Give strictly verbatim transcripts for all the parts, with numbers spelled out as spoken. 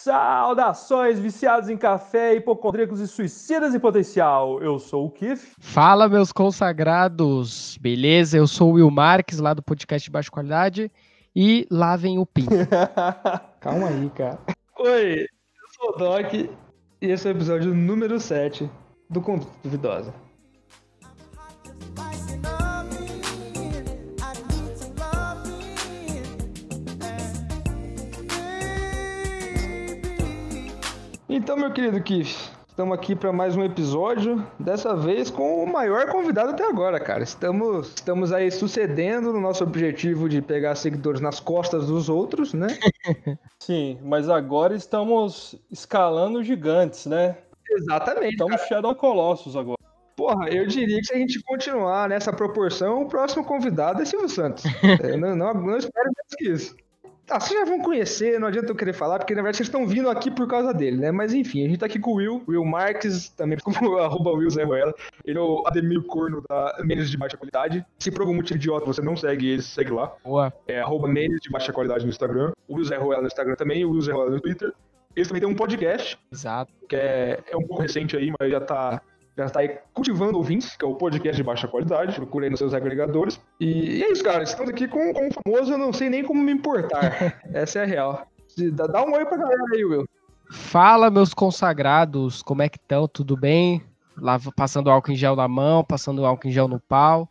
Saudações, viciados em café, hipocondríacos e suicidas em potencial. Eu sou o Kiff. Fala, meus consagrados. Beleza? Eu sou o Will Marques, lá do podcast de Baixa Qualidade. E lavem o pinto. Calma aí, cara. Oi, eu sou o Doc e esse é o episódio número sete do Conduta Duvidosa. Então, meu querido Kiff, estamos aqui para mais um episódio, dessa vez com o maior convidado até agora, cara. Estamos, estamos aí sucedendo no nosso objetivo de pegar seguidores nas costas dos outros, né? Sim, mas agora estamos escalando gigantes, né? Exatamente. Estamos cara. Shadow Colossus agora. Porra, eu diria que se a gente continuar nessa proporção, o próximo convidado é Silvio Santos. Eu não, não, não espero mais que isso. Ah, vocês já vão conhecer, não adianta eu querer falar, porque na verdade vocês estão vindo aqui por causa dele, né? Mas enfim, a gente tá aqui com o Will, Will Marques, também como arroba Will Zé Ruela. Ele é o Ademir Corno da Menes de Baixa Qualidade. Se por algum motivo idiota você não segue ele, segue lá. Boa. É arroba Menes de Baixa Qualidade no Instagram. O Will Zé Ruela no Instagram também, o Will Zé Ruela no Twitter. Eles também têm um podcast. Exato. Que é, é um pouco recente aí, mas já tá... Já está aí cultivando ouvintes, que é o podcast de baixa qualidade. Procurei nos seus agregadores. E, e é isso, cara. Estamos aqui com, com um famoso, eu não sei nem como me importar. Essa é a real. Dá, dá um oi pra galera aí, Will. Fala, meus consagrados. Como é que estão? Tudo bem? Lá passando álcool em gel na mão, passando álcool em gel no pau.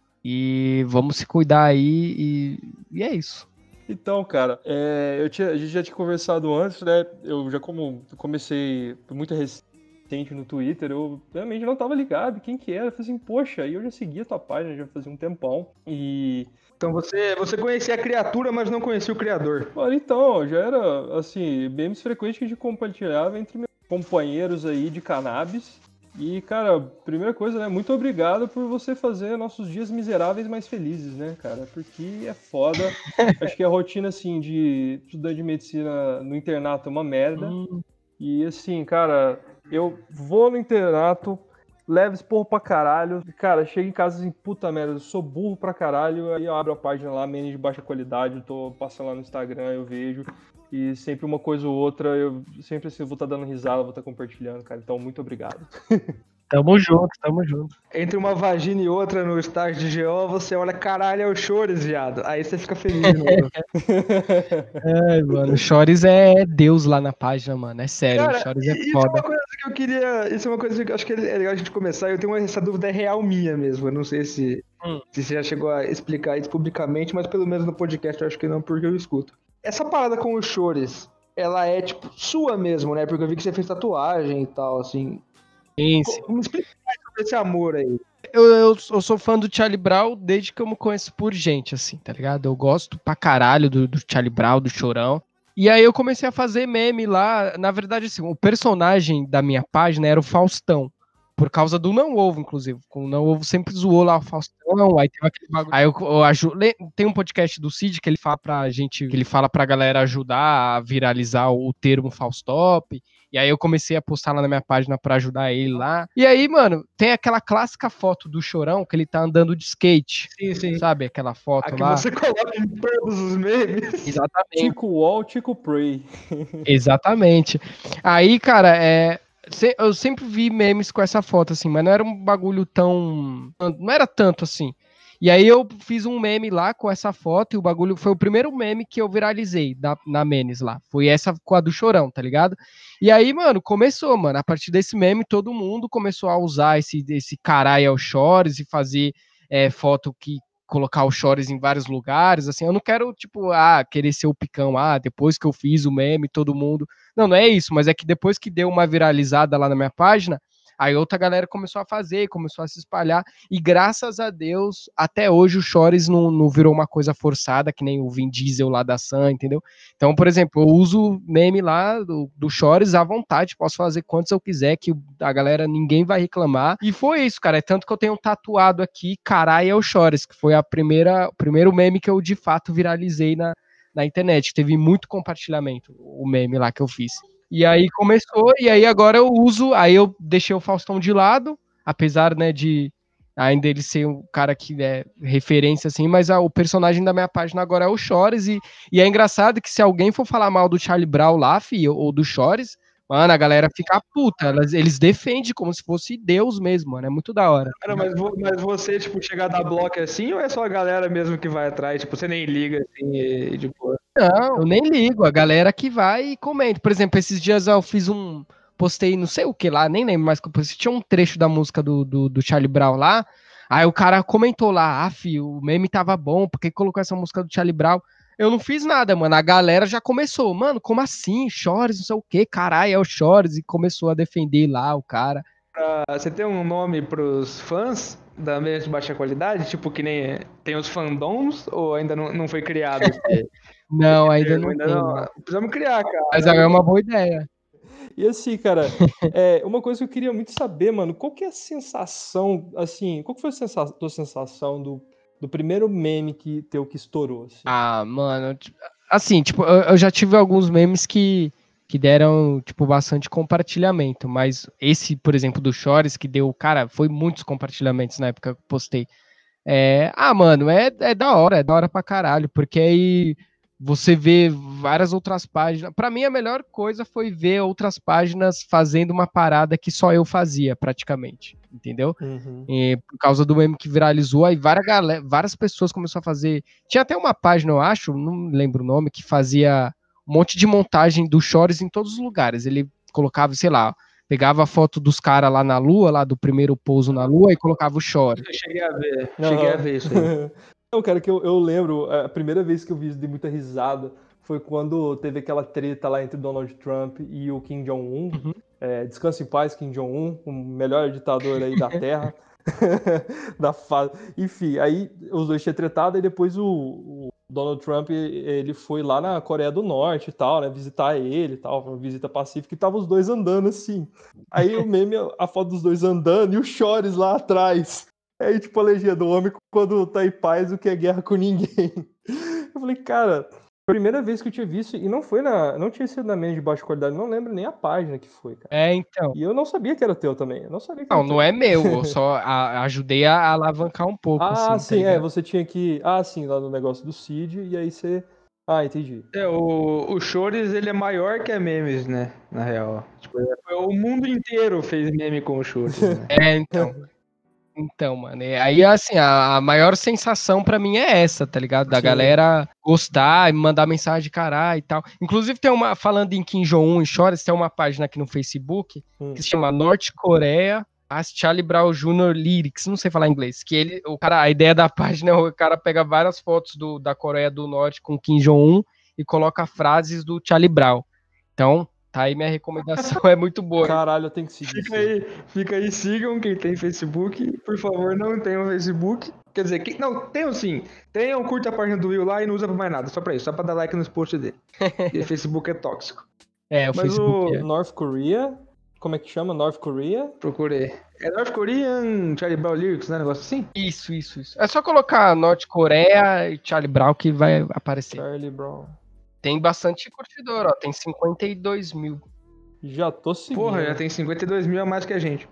E vamos se cuidar aí. E, e é isso. Então, cara, é, eu tinha, a gente já tinha conversado antes, né? Eu já como comecei muito recente no Twitter, eu realmente não tava ligado quem que era. Eu falei assim, poxa, aí eu já seguia a tua página, já fazia um tempão. E... Então você, você conhecia a criatura, mas não conhecia o criador. Mano, então, já era, assim, memes frequentes que a gente compartilhava entre meus companheiros aí de cannabis. E, cara, primeira coisa, né, muito obrigado por você fazer nossos dias miseráveis mais felizes, né, cara? Porque é foda. Acho que a rotina, assim, de estudante de medicina no internato é uma merda. Hum. E, assim, cara... Eu vou no internato, levo esse porro pra caralho. Cara, chego em casa assim, puta merda, eu sou burro pra caralho. Aí eu abro a página lá, menos de baixa qualidade, eu tô passando lá no Instagram, eu vejo. E sempre uma coisa ou outra, eu sempre assim, vou estar tá dando risada, vou estar tá compartilhando, cara. Então, muito obrigado. Tamo junto, tamo junto. Entre uma vagina e outra no estágio de G O, você olha, caralho, é o Chores, viado. Aí você fica feliz, mano. É, mano, o Chores é Deus lá na página, mano. É sério, cara, o Chores é isso foda. Isso é uma coisa que eu queria... Isso é uma coisa que eu acho que é legal a gente começar. Eu tenho essa dúvida real minha mesmo. Eu não sei se, hum. se você já chegou a explicar isso publicamente, mas pelo menos no podcast eu acho que não, porque eu escuto. Essa parada com o Chores, ela é, tipo, sua mesmo, né? Porque eu vi que você fez tatuagem e tal, assim... Sim, sim. Me explica mais sobre esse amor aí. Eu, eu, eu sou fã do Charlie Brown desde que eu me conheço por gente, assim, tá ligado? Eu gosto pra caralho do, do Charlie Brown, do Chorão. E aí eu comecei a fazer meme lá. Na verdade, assim, o personagem da minha página era o Faustão. Por causa do Não Ovo, inclusive. O Não Ovo sempre zoou lá o Faustão. Aí teve aquele bagulho. Aí eu, eu ajudo. Tem um podcast do Cid que ele fala pra gente, que ele fala pra galera ajudar a viralizar o termo Faustop. E aí eu comecei a postar lá na minha página pra ajudar ele lá. E aí, mano, tem aquela clássica foto do Chorão que ele tá andando de skate. Sim, sim. Sabe? Aquela foto a que lá. Você coloca em todos os memes. Exatamente. Tico Wall, Tico Pray. Exatamente. Aí, cara, é... eu sempre vi memes com essa foto, assim, mas não era um bagulho tão... Não era tanto, assim. E aí eu fiz um meme lá com essa foto e o bagulho foi o primeiro meme que eu viralizei na, na Menes lá. Foi essa com a do Chorão, tá ligado? E aí, mano, começou, mano. A partir desse meme, todo mundo começou a usar esse, esse caralho ao Chores e fazer é, foto que... colocar o Chores em vários lugares, assim, eu não quero, tipo, ah, querer ser o picão, ah, depois que eu fiz o meme, todo mundo... Não, não é isso, mas é que depois que deu uma viralizada lá na minha página, aí outra galera começou a fazer, começou a se espalhar, e graças a Deus, até hoje o Chores não, não virou uma coisa forçada, que nem o Vin Diesel lá da Sam, entendeu? Então, por exemplo, eu uso meme lá do, do Chores à vontade, posso fazer quantos eu quiser, que a galera, ninguém vai reclamar, e foi isso, cara, é tanto que eu tenho tatuado aqui, carai é o Chores, que foi a primeira, o primeiro meme que eu de fato viralizei na, na internet, que teve muito compartilhamento, o meme lá que eu fiz. E aí começou, e aí agora eu uso, aí eu deixei o Faustão de lado, apesar, né, de, ainda ele ser um cara que é referência, assim, mas a, o personagem da minha página agora é o Chores, e, e é engraçado que se alguém for falar mal do Charlie Brown lá, fi, ou do Chores, mano, a galera fica puta, elas, eles defendem como se fosse Deus mesmo, mano, é muito da hora. Cara, mas, vo- mas você, tipo, chegar a dar bloco assim, ou é só a galera mesmo que vai atrás? Tipo, você nem liga, assim, e, tipo... Não, eu nem ligo, a galera que vai e comenta. Por exemplo, esses dias eu fiz um. Postei não sei o que lá, nem lembro mais que eu postei. Tinha um trecho da música do, do, do Charlie Brown lá. Aí o cara comentou lá, ah, filho, o meme tava bom, por que colocou essa música do Charlie Brown? Eu não fiz nada, mano. A galera já começou, mano, como assim? Chores, não sei o que, caralho, é o Chores. E começou a defender lá o cara. Ah, você tem um nome pros fãs da mesa de baixa qualidade? Tipo, que nem tem os fandoms, ou ainda não, não foi criado? esse- Não, esse ainda termo? não Ainda tem. não. Não. Precisamos criar, cara. Mas é uma boa ideia. E assim, cara, é, uma coisa que eu queria muito saber, mano, qual que é a sensação, assim, qual que foi a sensa tua sensação do, do primeiro meme que teu que estourou, assim? Ah, mano, tipo, assim, tipo, eu, eu já tive alguns memes que, que deram, tipo, bastante compartilhamento, mas esse, por exemplo, do Chores, que deu, cara, foi muitos compartilhamentos na época que eu postei. É, ah, mano, é, é da hora, é da hora pra caralho, porque aí você vê várias outras páginas. Pra mim, a melhor coisa foi ver outras páginas fazendo uma parada que só eu fazia, praticamente, entendeu? Uhum. E por causa do meme que viralizou, aí várias, galera, várias pessoas começaram a fazer. Tinha até uma página, eu acho, não lembro o nome, que fazia um monte de montagem do Chores em todos os lugares. Ele colocava, sei lá, pegava a foto dos caras lá na Lua, lá do primeiro pouso na Lua, e colocava o Chores. Eu cheguei a ver, cheguei a Aham. ver isso aí. Não, cara, que eu, eu lembro, a primeira vez que eu vi isso de muita risada foi quando teve aquela treta lá entre Donald Trump e o Kim Jong-un. Uhum. É, descanse em paz, Kim Jong-un, o melhor ditador aí da Terra. da fa... Enfim, aí os dois tinham tretado e depois o, o Donald Trump ele foi lá na Coreia do Norte e tal, né? Visitar ele e tal, uma visita pacífica, e tava os dois andando assim. Aí o meme, a foto dos dois andando e o Chores lá atrás. Aí, tipo, a legenda, o homem quando tá em paz, o que é guerra com ninguém. Eu falei, cara, foi a primeira vez que eu tinha visto, e não foi na. Não tinha sido na meme de baixa qualidade, não lembro nem a página que foi, cara. É, então. E eu não sabia que era teu também. Eu não sabia que Não, era não teu. é meu, eu só a- ajudei a alavancar um pouco, Ah, assim, tá sim, é, ligado? você tinha que. Ah, sim, lá no negócio do Cid, e aí você. Ah, entendi. É, o, o Chores, ele é maior que a memes, né? Na real. Tipo, é- o mundo inteiro fez meme com o Chores, né? É, então. Então, mano, e aí assim, a, a maior sensação pra mim é essa, tá ligado? Da Sim. galera gostar e me mandar mensagem de caralho e tal. Inclusive tem uma, falando em Kim Jong-un e Chores, tem uma página aqui no Facebook Hum. que se chama Norte Coreia, as Charlie Brown Júnior Lyrics, não sei falar inglês, que ele, o cara, a ideia da página é o cara pega várias fotos do, da Coreia do Norte com Kim Jong-un e coloca frases do Charlie Brown. Então, tá aí minha recomendação, é muito boa. Caralho, eu tenho que seguir isso Fica aí, fica aí, sigam quem tem Facebook. Por favor, não tenham Facebook. Quer dizer, quem, não, tenham sim. Tenham, curta a página do Will lá e não usa pra mais nada. Só pra isso, só pra dar like nos posts dele. Porque Facebook é tóxico. É, o Mas Facebook o- é. North Korea. Como é que chama? North Korea? Procurei. É North Korean Charlie Brown Lyrics, né? Negócio assim? Isso, isso, isso. É só colocar Norte Coreia e Charlie Brown que vai aparecer. Charlie Brown. Tem bastante curtidor, ó. Tem cinquenta e dois mil. Já tô seguindo. Porra, já tem cinquenta e dois mil a mais que a gente.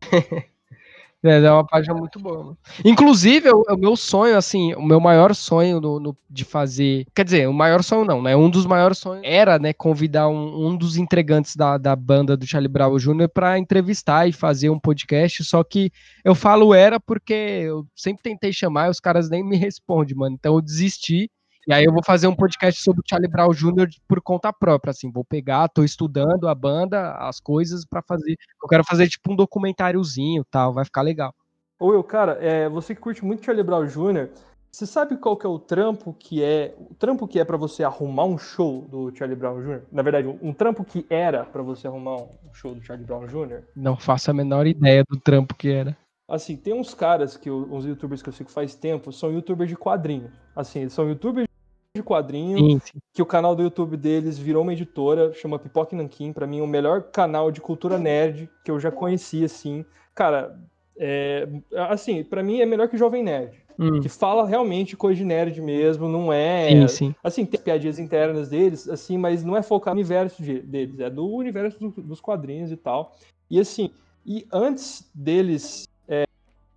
É, é uma página muito boa, mano. Inclusive, o, o meu sonho, assim, o meu maior sonho no, no- de fazer. Quer dizer, o maior sonho não, né? Um dos maiores sonhos era, né, convidar um, um dos integrantes da, da banda do Charlie Brown Júnior pra entrevistar e fazer um podcast. Só que eu falo era porque eu sempre tentei chamar e os caras nem me respondem, mano. Então eu desisti. E aí eu vou fazer um podcast sobre o Charlie Brown Júnior por conta própria, assim, vou pegar, tô estudando a banda, as coisas pra fazer. Eu quero fazer tipo um documentáriozinho, tal, vai ficar legal. Ô, eu, cara, é, você que curte muito Charlie Brown Júnior, você sabe qual que é o trampo que é o trampo que é para você arrumar um show do Charlie Brown Júnior? Na verdade, um, um trampo que era para você arrumar um show do Charlie Brown Júnior? Não faço a menor ideia do trampo que era. Assim, tem uns caras que eu, uns youtubers que eu sigo faz tempo, são youtubers de quadrinhos. Assim, eles são youtubers de quadrinho, Sim, sim. que o canal do YouTube deles virou uma editora, chama Pipoca e Nanquim, pra mim o melhor canal de cultura nerd que eu já conheci, assim. Cara, é, assim, pra mim é melhor que Jovem Nerd, Hum, que fala realmente coisa de nerd mesmo, não é... sim, sim. Assim, tem piadinhas internas deles, assim, mas não é focado no universo de- deles, é do universo do- dos quadrinhos e tal. E assim, e antes deles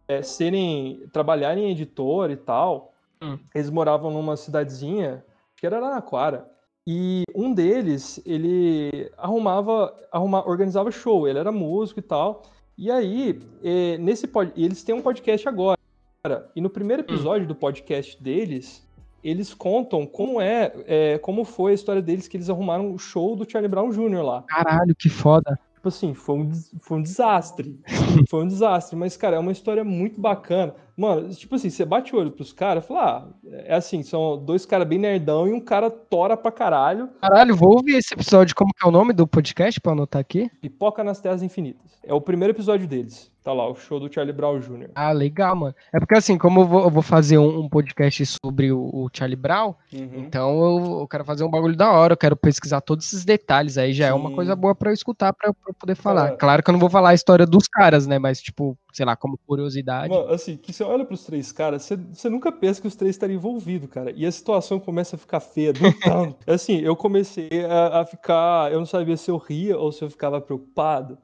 é, serem, trabalharem em editor e tal, Hum. eles moravam numa cidadezinha, que era Araraquara, e um deles, ele arrumava, arruma, organizava show, ele era músico e tal, e aí, é, nesse pod, eles têm um podcast agora, e no primeiro episódio do podcast deles, eles contam como é, é, como foi a história deles, que eles arrumaram o show do Charlie Brown Júnior lá. Caralho, que foda. Tipo assim, foi um, foi um desastre. Foi um desastre. Mas, cara, é uma história muito bacana. Mano, tipo assim, você bate o olho pros caras e fala, ah, é assim, são dois caras bem nerdão e um cara tora pra caralho. Caralho, vou ouvir esse episódio. Como que é o nome do podcast pra anotar aqui? Pipoca nas Terras Infinitas. É o primeiro episódio deles. Tá lá, o show do Charlie Brown Júnior Ah, legal, mano. É porque assim, como eu vou, eu vou fazer um, um podcast sobre o, o Charlie Brown, Uhum. então eu, eu quero fazer um bagulho da hora, eu quero pesquisar todos esses detalhes, aí já é uma Sim. coisa boa pra eu escutar, pra eu, pra eu poder falar. Cara, Claro que eu não vou falar a história dos caras, né, mas tipo, sei lá, como curiosidade. Mano, assim, que você olha pros três caras, você, você nunca pensa que os três estariam envolvidos, cara. E a situação começa a ficar feia, do tanto. Assim, eu comecei a, a ficar. Eu não sabia se eu ria ou se eu ficava preocupado.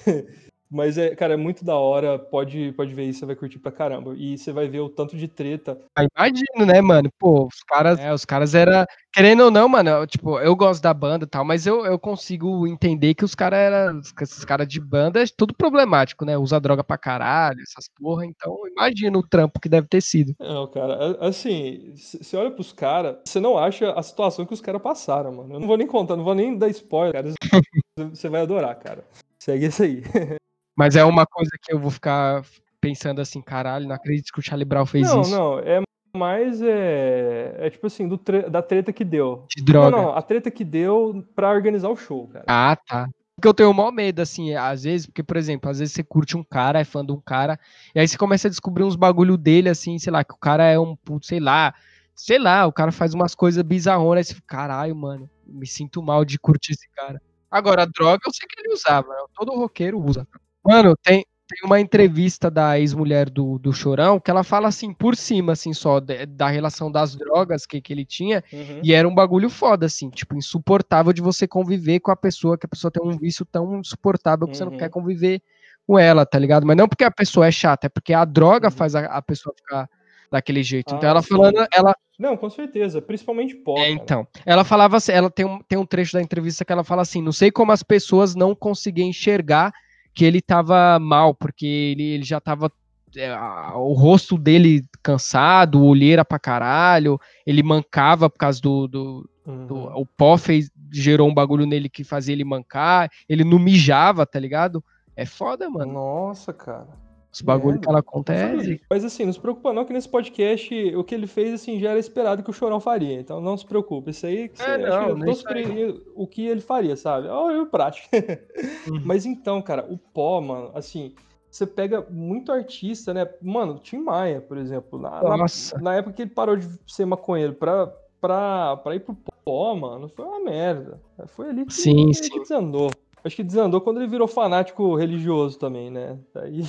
Mas, é, cara, é muito da hora. Pode, pode ver isso, você vai curtir pra caramba. E você vai ver o tanto de treta. Ah, imagino, né, mano? Pô, os caras, é, os caras era, querendo ou não, mano, eu, tipo, eu gosto da banda e tal, mas eu, eu consigo entender que os caras eram, esses caras de banda, é tudo problemático, né? Usa droga pra caralho, essas porra, então imagino o trampo que deve ter sido. Não, cara, a- assim, c- você olha pros caras, você não acha a situação que os caras passaram, mano. Eu não vou nem contar, não vou nem dar spoiler, cara. Você vai adorar, cara. Segue isso aí. Mas é uma coisa que eu vou ficar pensando assim, caralho, não acredito que o Charlie Brown fez Não, isso. não, é mais é, é tipo assim, do tre- da treta que deu. De droga. Não, não, a treta que deu pra organizar o show, cara. Ah, tá. Porque eu tenho o maior medo, assim, às vezes, porque, por exemplo, às vezes você curte um cara, é fã de um cara, e aí você começa a descobrir uns bagulho dele, assim, sei lá, que o cara é um puto, sei lá, sei lá, o cara faz umas coisas bizarronas, aí você fica, caralho, mano, me sinto mal de curtir esse cara. Agora, a droga eu sei que ele usava, né? Todo roqueiro usa. Mano, tem, tem uma entrevista da ex-mulher do, do Chorão que ela fala assim, por cima, assim, só, de- da relação das drogas que, que ele tinha, Uhum. e era um bagulho foda, assim, tipo, insuportável de você conviver com a pessoa, que a pessoa tem um vício tão insuportável que você não Uhum. quer conviver com ela, tá ligado? Mas não porque a pessoa é chata, é porque a droga Uhum. faz a, a pessoa ficar daquele jeito. Então Ah, ela sim. falando, ela, Não, com certeza, principalmente pó, é, cara. então, ela falava assim, ela tem um, tem um trecho da entrevista que ela fala assim, não sei como as pessoas não conseguiam enxergar que ele tava mal, porque ele, ele já tava, é, a- o rosto dele cansado, olheira pra caralho, ele mancava por causa do, do, do- Uhum. o pó fez, gerou um bagulho nele que fazia ele mancar, ele não mijava, tá ligado? É foda, mano. Nossa, cara. Os bagulho que merda. ela Não conta é sabia zica. disso. Mas assim, não se preocupa não que nesse podcast o que ele fez assim já era esperado que o Chorão faria. Então não se preocupe. Isso aí que você É, acha que não, eu nem tô isso aí. surpreendido o que ele faria, sabe? Ó, eu prático. Uhum. Mas então, cara, o pó, mano, assim, você pega muito artista, né? Mano, Tim Maia, por exemplo, na, na, Nossa. na época que ele parou de ser maconheiro pra, pra, pra ir pro pó, mano, foi uma merda. Foi ali que, Sim, que sim. desandou. Acho que desandou quando ele virou fanático religioso também, né? Daí.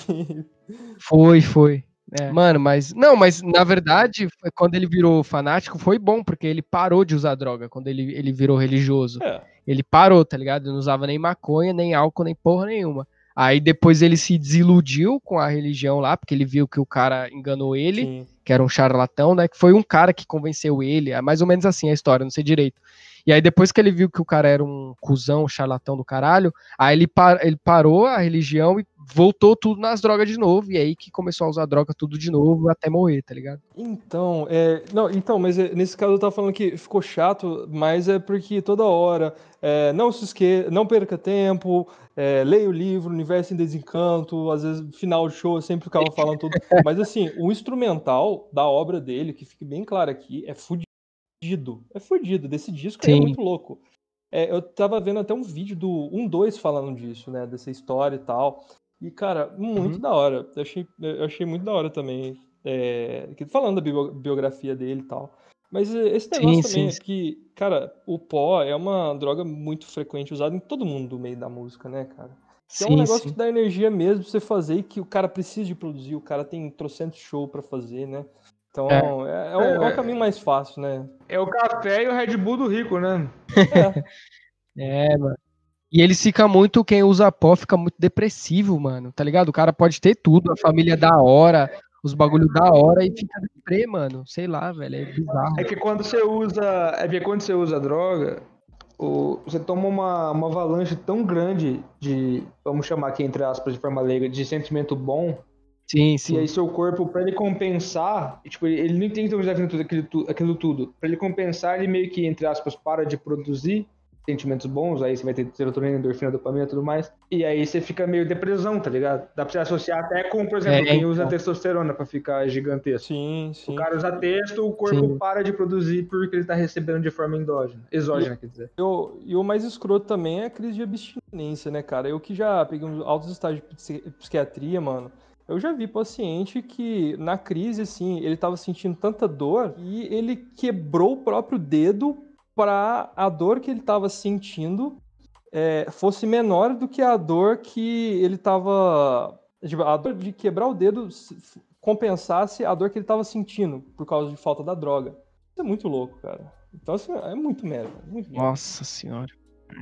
Foi, foi. É. Mano, mas. Não, mas na verdade, foi quando ele virou fanático, foi bom, porque ele parou de usar droga quando ele, ele virou religioso. É. Ele parou, tá ligado? Ele não usava nem maconha, nem álcool, nem porra nenhuma. Aí depois ele se desiludiu com a religião lá, porque ele viu que o cara enganou ele, Sim. que era um charlatão, né? Que foi um cara que convenceu ele. É mais ou menos assim a história, não sei direito. E aí depois que ele viu que o cara era um cuzão, um charlatão do caralho, aí ele, par ele parou a religião e voltou tudo nas drogas de novo. E aí que começou a usar droga tudo de novo até morrer, tá ligado? Então, é, não, então, mas é, nesse caso eu tava falando que ficou chato, mas é porque toda hora, é, não se esqueça, não perca tempo, é, leia o livro, Universo em Desencanto, às vezes final de show eu sempre ficava falando tudo, mas assim, o instrumental da obra dele, que fique bem claro aqui, é fudido, é fudido, desse disco aí é Sim. muito louco. É, eu tava vendo até um vídeo do um dois falando disso, né, dessa história e tal, e cara, muito Uhum. da hora, eu achei, eu achei muito da hora também. É, que- falando da bio- biografia dele e tal. Mas é, esse negócio Sim, também sim, é sim. que, cara, o pó é uma droga muito frequente, usada em todo mundo do meio da música, né, cara? Que é um Sim, negócio sim. que dá energia mesmo pra você fazer e que o cara precisa de produzir, o cara tem trocentos show pra fazer, né? Então, é, é, um, é um caminho mais fácil, né? É o café e o Red Bull do rico, né? É, É, mano. E eles ficam muito, quem usa pó fica muito depressivo, mano, tá ligado? O cara pode ter tudo, a família da hora, os bagulho da hora e fica deprê, mano. Sei lá, velho, é bizarro. É que quando você usa. É que quando você usa droga, o, você toma uma, uma avalanche tão grande de. Vamos chamar aqui, entre aspas, de forma leiga, de sentimento bom. Sim, E sim. aí seu corpo, pra ele compensar, tipo, ele não entende que tá tudo aquilo, aquilo tudo. Pra ele compensar, ele meio que, entre aspas, para de produzir sentimentos bons, aí você vai ter serotonina, endorfina, dopamina e tudo mais. E aí você fica meio depressão, tá ligado? Dá pra você associar até com, por exemplo, É, quem usa então. testosterona pra ficar gigantesco. Sim, O sim. cara usa testo, o corpo Sim. para de produzir porque ele tá recebendo de forma endógena. Exógena, quer dizer. E o, e o mais escroto também é a crise de abstinência, né, cara? Eu que já peguei uns altos estágios de psi- psiquiatria, mano. Eu já vi paciente que, na crise, assim, ele tava sentindo tanta dor e ele quebrou o próprio dedo pra a dor que ele tava sentindo é, fosse menor do que a dor que ele tava... Tipo, a dor de quebrar o dedo se- compensasse a dor que ele tava sentindo por causa de falta da droga. Isso é muito louco, cara. Então, assim, é muito merda, muito merda. Nossa senhora.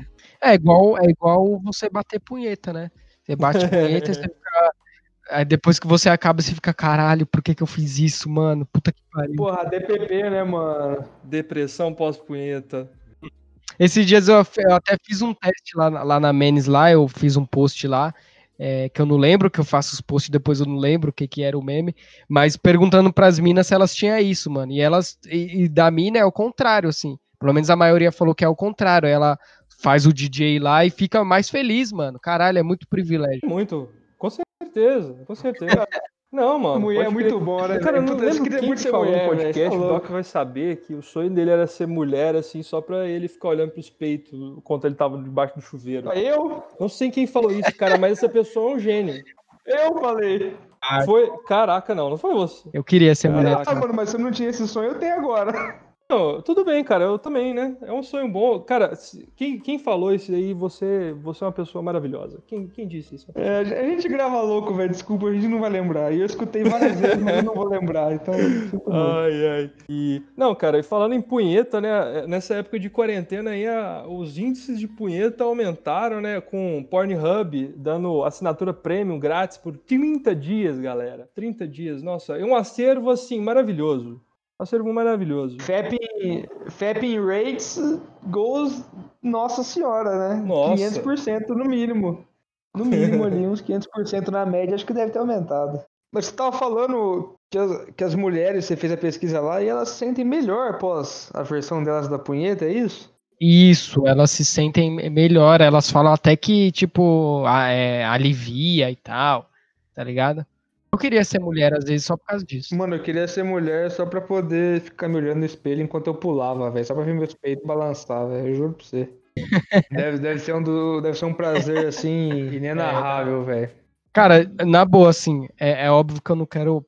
É igual, é igual você bater punheta, né? Você bate punheta e você fica. Aí depois que você acaba, você fica, caralho, por que que eu fiz isso, mano? Puta que pariu. Porra, D P P, né, mano? Depressão pós-punheta. Esses dias eu, eu até fiz um teste lá, na- lá na Menes, lá, eu fiz um post lá, é, que eu não lembro, que eu faço os posts depois eu não lembro o que que era o meme, mas perguntando pras minas se elas tinham isso, mano. E elas, e, e da mina é o contrário, assim. Pelo menos a maioria falou que é o contrário. Ela faz o D J lá e fica mais feliz, mano. Caralho, é muito privilégio. Muito. Com certeza, com certeza. Não, mano, Mulher é pode muito crer. bom, né, Cara, eu velho? não Puta, eu lembro queria quem muito que ser falou no mulher, velho. Você podcast, tá o Doc louco. vai saber que o sonho dele era ser mulher, assim, só pra ele ficar olhando pros peitos enquanto ele tava debaixo do chuveiro. Eu? Não sei quem falou isso, cara, mas essa pessoa é um gênio. Eu falei. Foi... Caraca, não, não foi você. Eu queria ser mulher. Caraca. Ah, mano, mas se eu não tinha esse sonho, eu tenho agora. Não, tudo bem, cara, eu também, né? É um sonho bom. Cara, se- quem, quem falou isso aí, você, você é uma pessoa maravilhosa. Quem, quem disse isso? É, a gente grava louco, velho. Desculpa, a gente não vai lembrar. E eu escutei várias vezes, mas eu não vou lembrar. Então, sinto muito. Ai, ai. E, não, cara, e falando em punheta, né? Nessa época de quarentena aí, a- os índices de punheta aumentaram, né? Com Pornhub dando assinatura premium grátis por trinta dias, galera. trinta dias, nossa, é um acervo, assim, maravilhoso. Um acervo maravilhoso. Fapping, Fapping rates goes, nossa senhora, né? Nossa. quinhentos por cento no mínimo. No mínimo ali, uns quinhentos por cento na média, acho que deve ter aumentado. Mas você tava falando que as, que as mulheres, você fez a pesquisa lá, e elas se sentem melhor após a versão delas da punheta, é isso? Isso, elas se sentem melhor, elas falam até que, tipo, a- é, alivia e tal, tá ligado? Eu queria ser mulher, às vezes, só por causa disso. Mano, eu queria ser mulher só pra poder ficar me olhando no espelho enquanto eu pulava, velho. Só pra ver meus peitos balançar, velho. Eu juro pra você. Deve, deve, ser um do, deve ser um prazer, assim, inenarrável, velho. Cara, na boa, assim, é, é óbvio que eu não quero,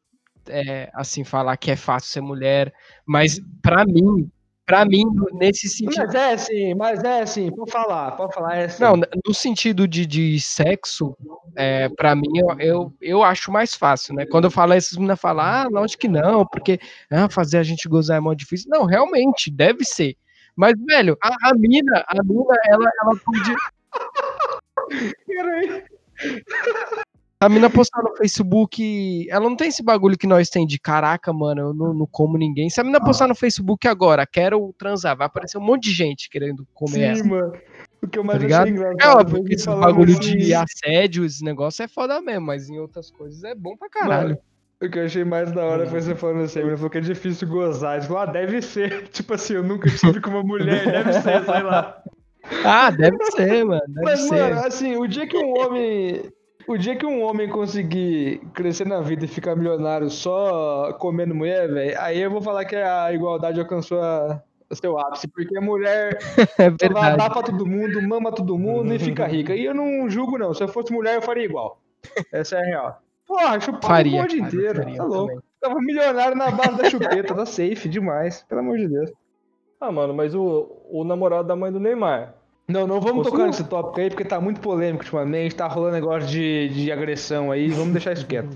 é, assim, falar que é fácil ser mulher, mas pra mim, pra mim, nesse sentido... Mas é assim, mas é assim, pode falar, pode falar, é assim. Não, no sentido de, de sexo, é, para mim, eu, eu, eu acho mais fácil, né? Quando eu falo, essas meninas falam, ah, lógico que não, porque ah, fazer a gente gozar é muito difícil. Não, realmente, deve ser. Mas, velho, a, a mina, a mina, ela, ela pode. Peraí. A mina postar no Facebook, ela não tem esse bagulho que nós tem de caraca, mano, eu não, não como ninguém. Se a mina postar no Facebook agora, quero transar, vai aparecer um monte de gente querendo comer Sim, ela. mano. O que eu mais Tá achei ligado? engraçado É óbvio foi que ele esse falando bagulho assim, de assédio, esse negócio é foda mesmo, mas em outras coisas é bom pra caralho. Mano, o que eu achei mais da hora foi você falando assim, ele falou que é difícil gozar. Ele falou, ah, deve ser. Tipo assim, eu nunca tive com uma mulher, deve ser, sei lá. Ah, deve ser, mano. Deve Mas, ser. mano, assim, o dia que um homem. O dia que um homem conseguir crescer na vida e ficar milionário só comendo mulher, velho, aí eu vou falar que a igualdade alcançou a, o seu ápice, porque a mulher É só vai verdade. dar pra todo mundo, mama todo mundo e fica rica. E eu não julgo, não. Se eu fosse mulher, eu faria igual. Essa é a real. Porra, chupava Faria, o bonde cara, inteiro. faria Tá louco. também. Tava milionário na base da chupeta, tá safe demais. Pelo amor de Deus. Ah, mano, mas o, o namorado da mãe do Neymar. Não, não vamos Conseguiu? tocar nesse tópico aí, porque tá muito polêmico ultimamente, tá rolando negócio de, de agressão aí, vamos deixar isso quieto.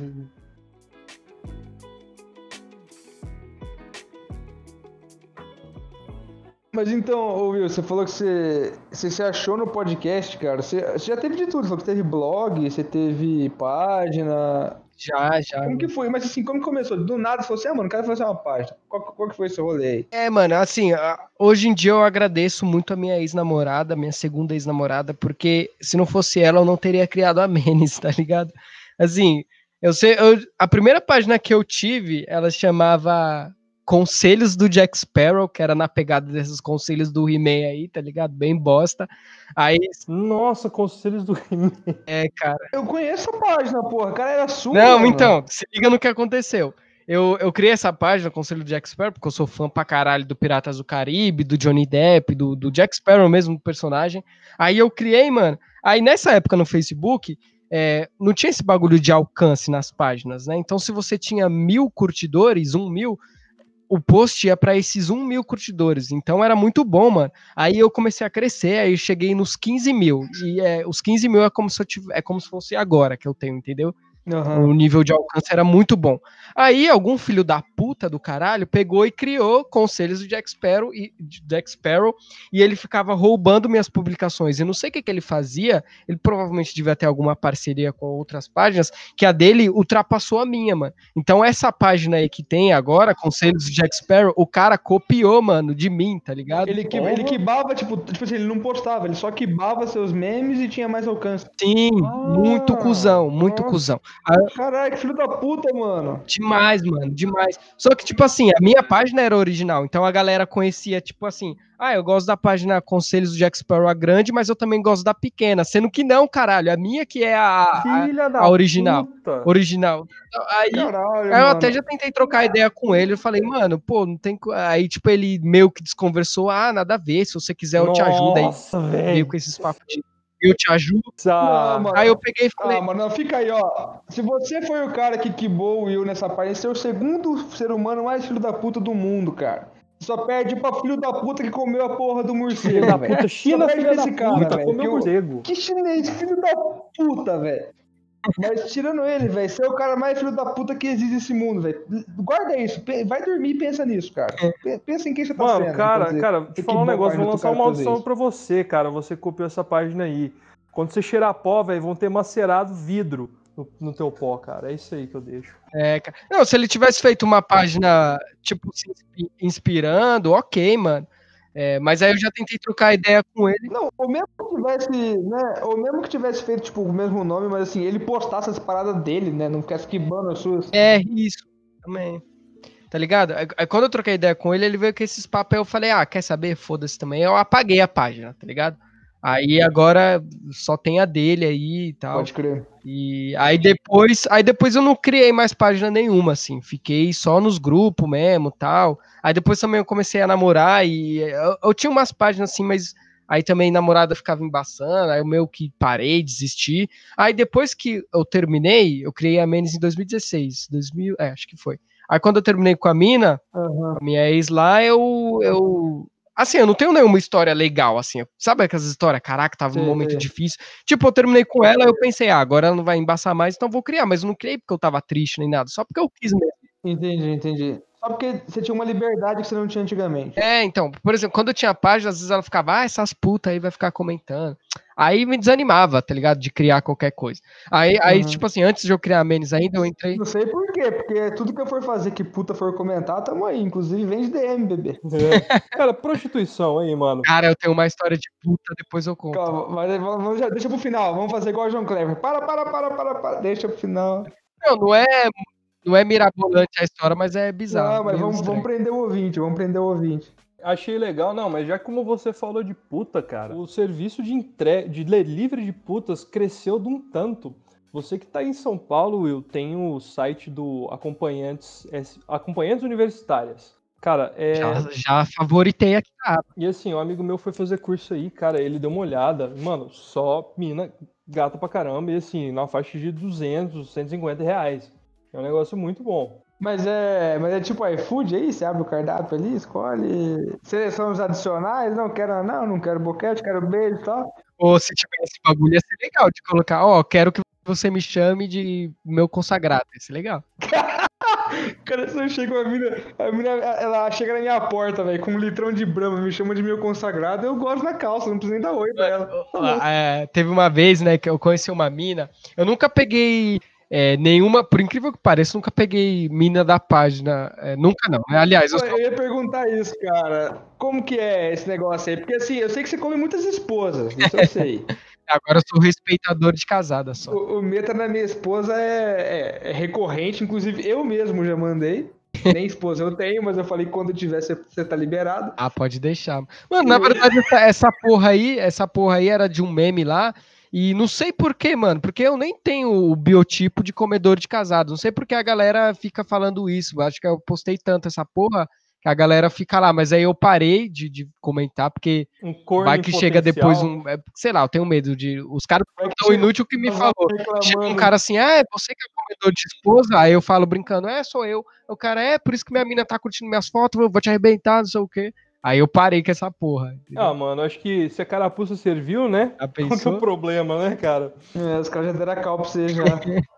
Mas então, ô Will, você falou que você, você se achou no podcast, cara. Você, você já teve de tudo. Você falou que teve blog, você teve página. Já, já. Como que foi? Mas assim, como que começou? Do nada você falou assim, ah, mano, quero fazer uma página. Qual, qual que foi esse rolê aí? É, mano, assim, a- hoje em dia eu agradeço muito a minha ex-namorada, minha segunda ex-namorada, porque se não fosse ela, eu não teria criado a Menes, tá ligado? Assim, eu sei, eu- a primeira página que eu tive, ela chamava Conselhos do Jack Sparrow, que era na pegada desses conselhos do He-Man aí, tá ligado? Bem bosta. Aí, Nossa, conselhos do He-Man. é, cara. Eu conheço a página, porra. Cara, era sua, Não, mano. então, se liga no que aconteceu. Eu, eu criei essa página, Conselho do Jack Sparrow, porque eu sou fã pra caralho do Piratas do Caribe, do Johnny Depp, do, do Jack Sparrow mesmo, do personagem. Aí eu criei, mano. Aí nessa época no Facebook, é, não tinha esse bagulho de alcance nas páginas, né? Então se você tinha mil curtidores, um mil, o post ia pra esses um mil curtidores. Então era muito bom, mano. Aí eu comecei a crescer, aí eu cheguei nos quinze mil. E é, os quinze mil é como se eu tive, é como se fosse agora que eu tenho, entendeu? Aham. O nível de alcance era muito bom. Aí, algum filho da puta do caralho pegou e criou conselhos do Jack Sparrow e, de Jack Sparrow, e ele ficava roubando minhas publicações. Eu não sei o que, que ele fazia, ele provavelmente devia ter alguma parceria com outras páginas, que a dele ultrapassou a minha, mano. Então, essa página aí que tem agora, Conselhos do Jack Sparrow, o cara copiou, mano, de mim, tá ligado? Ele, que, ele quibava, tipo, tipo assim, ele não postava, ele só quibava seus memes e tinha mais alcance. Sim, Ah, muito cuzão, muito nossa. cuzão. Caralho, que filho da puta, mano. Demais, mano, demais. Só que, tipo assim, a minha página era original, então a galera conhecia, tipo assim, ah, eu gosto da página Conselhos do Jack Sparrow a grande, mas eu também gosto da pequena, sendo que não, caralho, a minha que é a, a, filha da a original. puta. Original. Aí, Caralho, aí eu mano. até já tentei trocar ideia com ele, eu falei, mano, pô, não tem... co-" Aí, tipo, ele meio que desconversou, ah, nada a ver, se você quiser eu te ajudo. Aí Nossa, veio velho. com esses papos de eu te ajudo. Não, mano. Aí eu peguei e falei, Ah, mano, não, fica aí, ó. Se você foi o cara que quibou o Will nessa página, você é o segundo ser humano mais filho da puta do mundo, cara. Só perde pra filho da puta que comeu a porra do morcego, Filho da velho. puta, China, Só perde filha pra da esse cara, puta, velho. comeu que o- morcego. Que chinês, filho da puta, velho. Mas tirando ele, velho, você é o cara mais filho da puta que existe nesse mundo, velho. Guarda isso, pe- vai dormir e pensa nisso, cara. Pe- Pensa em quem você tá Mano, sendo. cara, enquanto cara, você te falar um quibou a negócio, página vou do lançar uma cara fazer maldição isso. pra você, cara. Você copiou essa página aí. Quando você cheirar pó, velho, vão ter macerado vidro no, no teu pó, cara. É isso aí que eu deixo. é, cara. Não, se ele tivesse feito uma página, tipo, se inspi- inspirando, ok, mano. É, mas aí eu já tentei trocar ideia com ele. Não, ou mesmo que tivesse, né? Ou mesmo que tivesse feito, tipo, o mesmo nome, mas assim, ele postasse as paradas dele, né? Não ficasse quibando as suas. É, isso, também. Tá ligado? Aí, aí quando eu troquei ideia com ele, ele veio com esses papos, aí eu falei, ah, quer saber? Foda-se também. Eu apaguei a página, tá ligado? Aí agora só tem a dele aí e tal. Pode crer. E aí depois, aí depois eu não criei mais página nenhuma, assim. Fiquei só nos grupos mesmo, tal. Aí depois também eu comecei a namorar e eu, eu tinha umas páginas assim, mas aí também namorada ficava embaçando, aí eu meio que parei, desisti. Aí depois que eu terminei, eu criei a Menes em dois mil e dezesseis, dois mil, é, acho que foi. Aí quando eu terminei com a mina, Aham. a minha ex lá, eu eu assim, eu não tenho nenhuma história legal, assim. Sabe aquelas histórias, caraca, tava um Sei, momento sei. difícil. Tipo, eu terminei com ela, eu pensei, ah, agora ela não vai embaçar mais, então vou criar. Mas eu não criei porque eu tava triste nem nada, só porque eu quis mesmo. Entendi, entendi. Só porque você tinha uma liberdade que você não tinha antigamente. É, então, por exemplo, quando eu tinha página, às vezes ela ficava, ah, essas putas aí vai ficar comentando. Aí me desanimava, tá ligado? De criar qualquer coisa. Aí, aí Uhum. tipo assim, antes de eu criar a Menes ainda, eu entrei. Não sei por quê, porque tudo que eu for fazer que puta for comentar, tamo aí. Inclusive, vem de D M, bebê. É. Cara, prostituição aí, mano. Cara, eu tenho uma história de puta, depois eu conto. Calma, mas vamos, já, deixa pro final. Vamos fazer igual o João Clever. Para, para, para, para, para. Deixa pro final. Não, não é, não é mirabolante a história, mas é bizarro. Não, mas meio vamos, estranho. vamos prender o ouvinte, vamos prender o ouvinte. Achei legal, não, mas já como você falou de puta, cara, o serviço de entre... de delivery de putas cresceu de um tanto. Você que tá em São Paulo, Will, tem o site do Acompanhantes, Acompanhantes Universitárias. Cara, é... Já, já favoritei aqui. Ah, E assim, um amigo meu foi fazer curso aí, cara, ele deu uma olhada, mano, só mina gata pra caramba, e assim, na faixa de duzentos, cento e cinquenta reais. É um negócio muito bom. Mas é, mas é tipo iFood aí? Você abre o cardápio ali, escolhe. Seleções adicionais? Não quero, não, não quero boquete, quero beijo e tal. ou se tiver esse bagulho, ia ser legal de colocar, ó, quero que você me chame de meu consagrado. Ia ser legal. Cara, você chega uma mina, a mina, ela chega na minha porta, velho, com um litrão de Brahma, me chama de meu consagrado, eu gosto na calça, não preciso nem dar oi pra ela. Tá louco. É, teve uma vez, né, que eu conheci uma mina. Eu nunca peguei é, nenhuma, por incrível que pareça, nunca peguei mina da página. É, nunca não. Aliás, eu Pô, só. eu ia perguntar isso, cara. Como que é esse negócio aí? Porque assim, eu sei que você come muitas esposas, isso eu sei. Agora eu sou respeitador de casada só. O, o meta na minha esposa é, é- é recorrente, inclusive eu mesmo já mandei. Nem esposa eu tenho, mas eu falei que quando tiver você, você tá liberado. Ah, pode deixar. Mano, na verdade, essa, essa porra aí, essa porra aí era de um meme lá. E não sei por quê, mano, porque eu nem tenho o biotipo de comedor de casado. Não sei porque a galera fica falando isso. Acho que eu postei tanto essa porra que a galera fica lá. Mas aí eu parei de, de comentar, porque Um corno vai que em chega depois potencial. um. é, sei lá, eu tenho medo de. Os caras Vai que tão chega inútil que me um falou. reclamando. Chega um cara assim, ah, é você que é o comedor de esposa? Aí eu falo brincando, é, sou eu. O cara, é, por isso que minha mina tá curtindo minhas fotos, eu vou te arrebentar, não sei o quê. Aí eu parei com essa porra. Entendeu? Ah, mano, acho que se a carapuça serviu, né? Já Qual que é pensou? o problema, né, cara? É, os caras já deram a cal pra você já.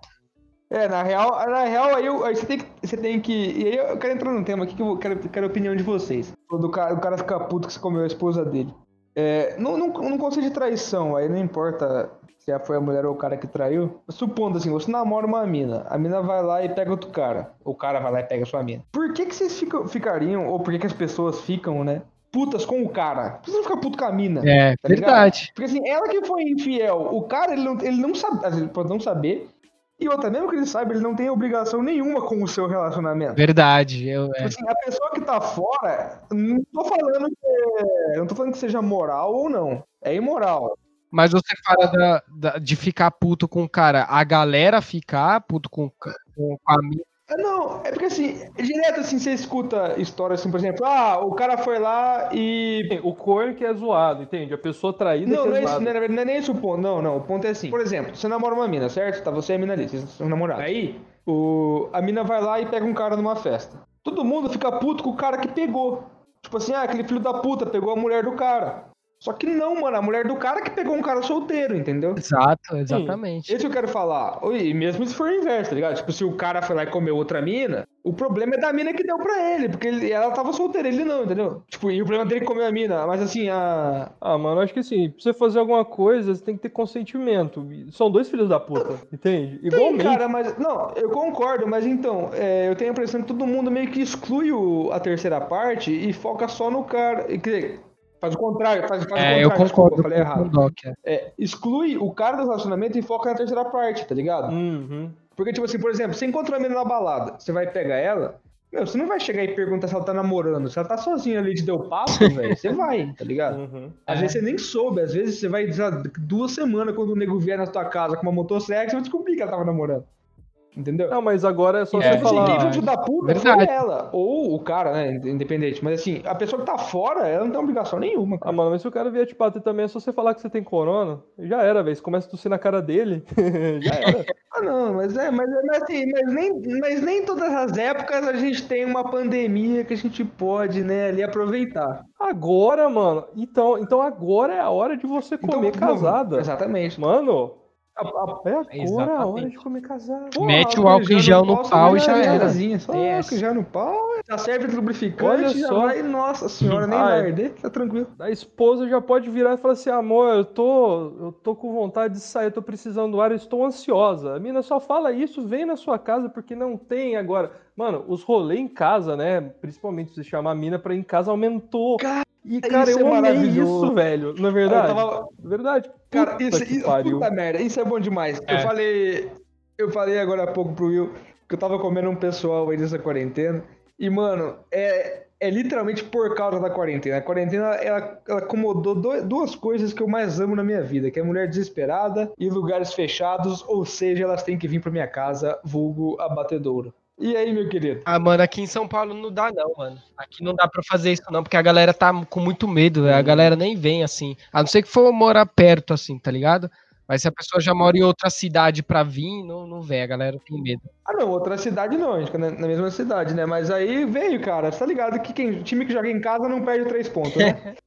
É, na real, na real aí, eu- aí você, tem que, você tem que. E aí eu quero entrar num tema aqui que eu quero, quero a opinião de vocês. Do cara, o cara ficar puto que você comeu a esposa dele. É, não, não, não conceito de traição, aí não importa se foi a mulher ou o cara que traiu. Supondo assim, você namora uma mina, a mina vai lá e pega outro cara. O cara vai lá e pega a sua mina. Por que, que vocês ficam, ficariam, ou por que, que as pessoas ficam, né? Putas com o cara. Por que você não fica puto com a mina? É, Tá ligado? verdade. Porque assim, ela que foi infiel, o cara, ele não, ele não sabe, às vezes ele pode não saber, e outra, mesmo que ele saiba, ele não tem obrigação nenhuma com o seu relacionamento. Verdade. Eu, Tipo é. assim, a pessoa que tá fora, não tô falando que, é- não tô falando que seja moral ou não, é imoral. Mas você fala da- da- de ficar puto com o cara, a galera ficar puto com, com com a mina. Ah, não, é porque assim, direto assim, você escuta histórias assim, por exemplo, ah, o cara foi lá e O corno que é zoado, entende? A pessoa traída Não, que não é é, isso, zoada. não, é, não é nem esse o ponto. Não, não. O ponto é assim. Por exemplo, você namora uma mina, certo? Tá você e a mina ali, vocês são namorados. Aí, o, a mina vai lá e pega um cara numa festa. Todo mundo fica puto com o cara que pegou. Tipo assim, ah, aquele filho da puta pegou a mulher do cara. Só que não, mano, a mulher do cara que pegou um cara solteiro, entendeu? Exato, exatamente. Esse eu quero falar. E mesmo se for o inverso, tá ligado? Tipo, se o cara foi lá e comeu outra mina, o problema é da mina que deu pra ele, porque ele- ela tava solteira, ele não, entendeu? Tipo, e o problema dele é que comeu a mina, mas assim, a... Ah, mano, acho que assim, pra você fazer alguma coisa, você tem que ter consentimento. São dois filhos da puta, entende? Tem, Igualmente. cara, mas... Não, eu concordo, mas então, é, eu tenho a impressão que todo mundo meio que exclui o- a terceira parte e foca só no cara. e, Quer dizer, faz o contrário, faz, faz o É, eu contrário, desculpa, concordo eu falei com o errado. Doc. é. É, exclui o cara do relacionamento e foca na terceira parte, tá ligado? Uhum. Porque, tipo assim, por exemplo, você encontra uma menina na balada, você vai pegar ela, meu, você não vai chegar e perguntar se ela tá namorando. Se ela tá sozinha ali e te deu papo, velho, você vai, tá ligado? Uhum. Às É. vezes você nem soube, às vezes você vai, sei lá, duas semanas quando o nego vier na tua casa com uma motosserra, você vai descobrir que ela tava namorando. Entendeu? Não, mas agora é só É, você Tipo assim, quem falar. foi o filho da puta Verdade. foi ela. Ou o cara, né? Independente. Mas assim, a pessoa que tá fora, ela não tem obrigação nenhuma, Ah, cara. mano, mas se o cara vier te bater também, é só você falar que você tem corona. Já era, velho. Você começa a tossir na cara dele. Já era. Ah, não, mas é, mas, mas assim, mas nem, mas nem todas as épocas a gente tem uma pandemia que a gente pode, né, ali aproveitar. Agora, mano. Então, então agora é a hora de você comer Então, não, casada. Exatamente. Mano, A- a- é agora a Exatamente. hora de comer casada. porra, Mete o álcool em gel no só pau e vai já virar era. casinha, Só É álcool em gel no pau, já serve de lubrificante, Olha já só. vai, nossa senhora, nem Ai. vai arder, tá tranquilo. A esposa já pode virar e falar assim, amor, eu tô, eu tô com vontade de sair, eu tô precisando do ar, eu estou ansiosa. A mina só fala isso, vem na sua casa, porque não tem agora. Mano, os rolês em casa, né? Principalmente se chamar a mina pra ir em casa, aumentou. E, cara, isso eu é amei maravilhoso. isso, velho. Não é verdade? Eu tava- Verdade. Cara, Puta isso, que isso pariu. puta merda, isso é bom demais. Eu É. falei, eu falei agora há pouco pro Will que eu tava comendo um pessoal aí nessa quarentena. E, mano, é, é literalmente por causa da quarentena. A quarentena, ela, ela acomodou do- duas coisas que eu mais amo na minha vida, que é mulher desesperada e lugares fechados, ou seja, elas têm que vir pra minha casa, vulgo abatedouro. E aí, meu querido? Ah, mano, aqui em São Paulo não dá não, mano. Aqui não dá pra fazer isso não, porque a galera tá com muito medo, velho. A galera nem vem assim. A não ser que for morar perto, assim, tá ligado? Mas se a pessoa já mora em outra cidade pra vir, não, não vem. A galera tem medo. Ah, não, outra cidade não, a gente fica na, na mesma cidade, né? Mas aí veio, cara, você tá ligado que quem, time que joga em casa não perde três pontos, né?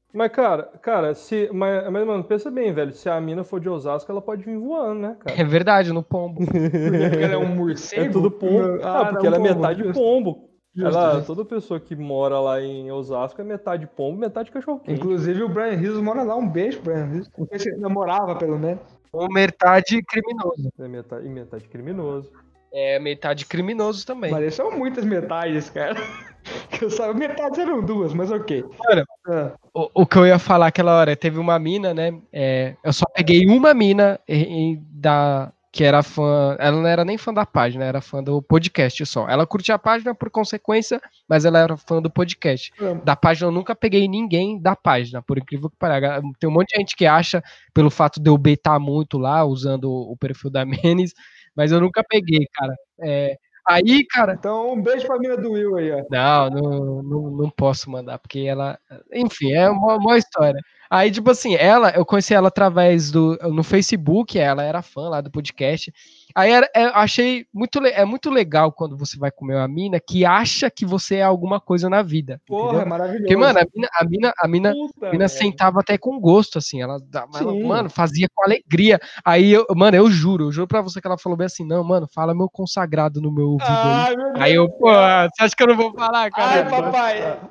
Mas, cara, cara, se. Mas, mas, mano, pensa bem, velho. Se a mina for de Osasco, ela pode vir voando, né, cara? É verdade, no pombo. Porque ela é um morcego? É tudo pombo. Não, Ah, ah, porque não, ela é pombo. metade Justo, pombo. justo, Ela, justo. toda pessoa que mora lá em Osasco é metade pombo, metade cachorro-quente. Inclusive o Brian Rizzo mora lá. Um beijo, Brian Rizzo. Não sei se ele namorava, pelo menos. Ou metade criminoso. É metade, e metade criminoso. É metade criminoso também. Mas são muitas metades, cara. Que eu saiba, metades eram duas, mas ok. Mano, Ah, o, o que eu ia falar aquela hora, teve uma mina, né? É, eu só peguei uma mina em- em- da, que era fã. Ela não era nem fã da página, era fã do podcast só. Ela curtia a página por consequência, mas ela era fã do podcast. Da página eu nunca peguei ninguém da página, por incrível que pareça. Tem um monte de gente que acha, pelo fato de eu beitar muito lá, usando o perfil da Menes, mas eu nunca peguei, cara. É, aí, cara. Então, um beijo pra mina do Will aí, ó. Não, não, não, não posso mandar, porque ela. Enfim, é uma boa história. Aí, tipo assim, ela, eu conheci ela através do. No Facebook, ela era fã lá do podcast. Aí era, eu achei muito, le- é muito legal quando você vai comer uma mina que acha que você é alguma coisa na vida. Porra, Entendeu? é maravilhoso. Porque, mano, a mina, a mina, a mina, Puta a mina merda. sentava até com gosto, assim. Ela, dava- ela, Sim. mano, fazia com alegria. Aí, eu, mano, eu juro, eu juro pra você que ela falou bem assim: não, mano, fala meu consagrado no meu ouvido aí. Ai, meu Deus. Aí eu, pô, você acha que eu não vou falar, cara? Ai, papai.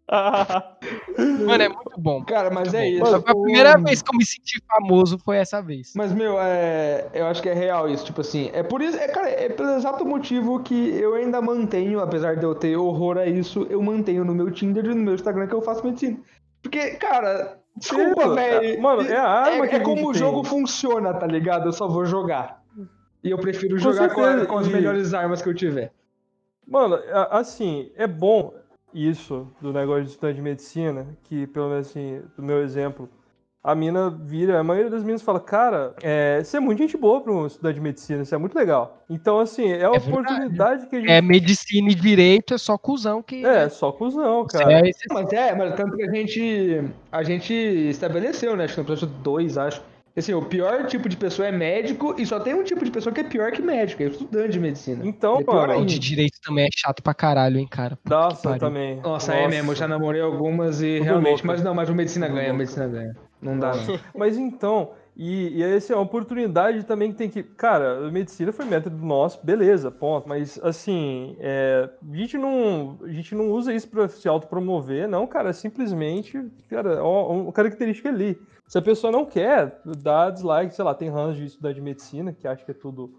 Mano, é muito bom. Cara, mas muito é bom. isso. Foi a O- primeira vez que eu me senti famoso foi essa vez. Mas, meu, é... eu acho que é real isso, tipo assim, é por isso, é, cara, é pelo exato motivo que eu ainda mantenho, apesar de eu ter horror a isso, eu mantenho no meu Tinder e no meu Instagram que eu faço medicina. Porque, cara, desculpa, Isso, velho. é- mano, é a arma é, que é a como gente o tem. jogo funciona, tá ligado? Eu só vou jogar. E eu prefiro Com jogar com, a- certeza, com as e- melhores armas que eu tiver. Mano, a- assim, é bom isso do negócio de estudante de medicina, que pelo menos assim, do meu exemplo, a mina vira, a maioria das minas fala, cara, é, você é muito gente boa para um estudante de medicina, isso é muito legal. Então, assim, é a É oportunidade que a gente... É medicina e direito, é só cuzão que. É, só cuzão, Você cara. é esse- Mas é, mas tanto que a gente, a gente estabeleceu, né? Acho que no episódio dois, acho. Assim, o pior tipo de pessoa é médico e só tem um tipo de pessoa que é pior que médico, é estudante de medicina. Então, Ele é pior mano, ainda. O de direito também é chato pra caralho, hein, cara. Puta que Nossa, pariu. também. Nossa, é mesmo, eu já namorei algumas e Tudo realmente. louco. Mas não, mas o medicina Tudo ganha, a louco. medicina ganha. Não dá, não. Mas então, e, e essa é uma oportunidade também que tem que. Cara, a medicina foi método nosso, beleza, ponto. Mas assim, é, a, gente não, a gente não usa isso pra se autopromover, não, cara. É simplesmente, cara, é uma, uma característica ali. Se a pessoa não quer, dá dislike, sei lá, tem ranço de estudar de medicina, que acha que é tudo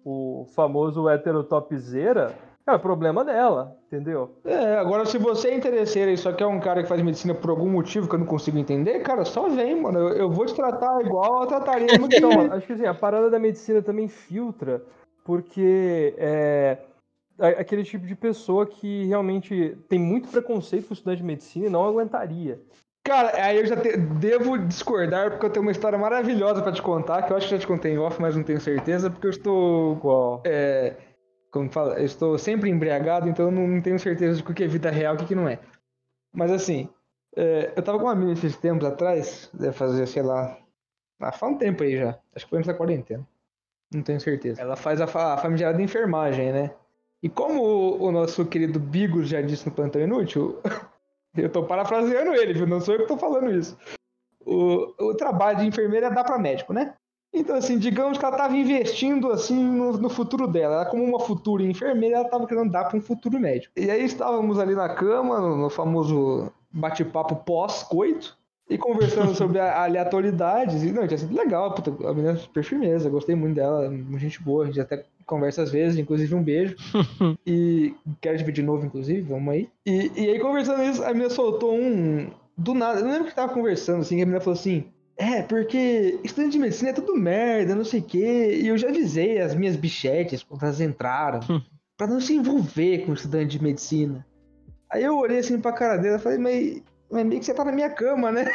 o famoso heterotopzera. Cara, problema dela, entendeu? É, agora se você é interesseiro e só quer um cara que faz medicina por algum motivo que eu não consigo entender, cara, só vem, mano. Eu, eu vou te tratar igual eu trataria uma Então, então, acho que assim, a parada da medicina também filtra, porque é a- aquele tipo de pessoa que realmente tem muito preconceito com estudante de medicina e não aguentaria. Cara, aí eu já te- devo discordar porque eu tenho uma história maravilhosa pra te contar, que eu acho que já te contei em off, mas não tenho certeza, porque eu estou Qual? é, como fala, eu estou sempre embriagado, então eu não, não tenho certeza de o que é vida real e o que que não é. Mas assim, é, eu tava com uma amiga esses tempos atrás, deve fazer, sei lá, ah, faz um tempo aí já, acho que foi antes da quarentena, não tenho certeza. Ela faz a, fa a famigerada enfermagem, né? E como o, o nosso querido Bigos já disse no Plantão Inútil, eu tô parafraseando ele, viu? Não sou eu que tô falando isso. O, o trabalho de enfermeira dá pra médico, né? Então, assim, digamos que ela estava investindo, assim, no, no futuro dela. Ela, como uma futura enfermeira, ela estava querendo dar para um futuro médico. E aí estávamos ali na cama, no, no famoso bate-papo pós-coito, e conversando sobre a, aleatoriedades. E, não, tinha sido legal, puta, a menina é super firmeza, gostei muito dela, uma gente boa, a gente até conversa às vezes, inclusive um beijo. E quero te ver de novo, inclusive, vamos aí. E, e aí, conversando isso, a menina soltou um... Do nada, eu não lembro o que tava conversando, assim, que a menina falou assim... É, porque estudante de medicina é tudo merda, não sei o quê. E eu já avisei as minhas bichetes quando elas entraram, pra não se envolver com estudante de medicina. Aí eu olhei assim pra cara dela e falei, mas, mas meio que você tá na minha cama, né?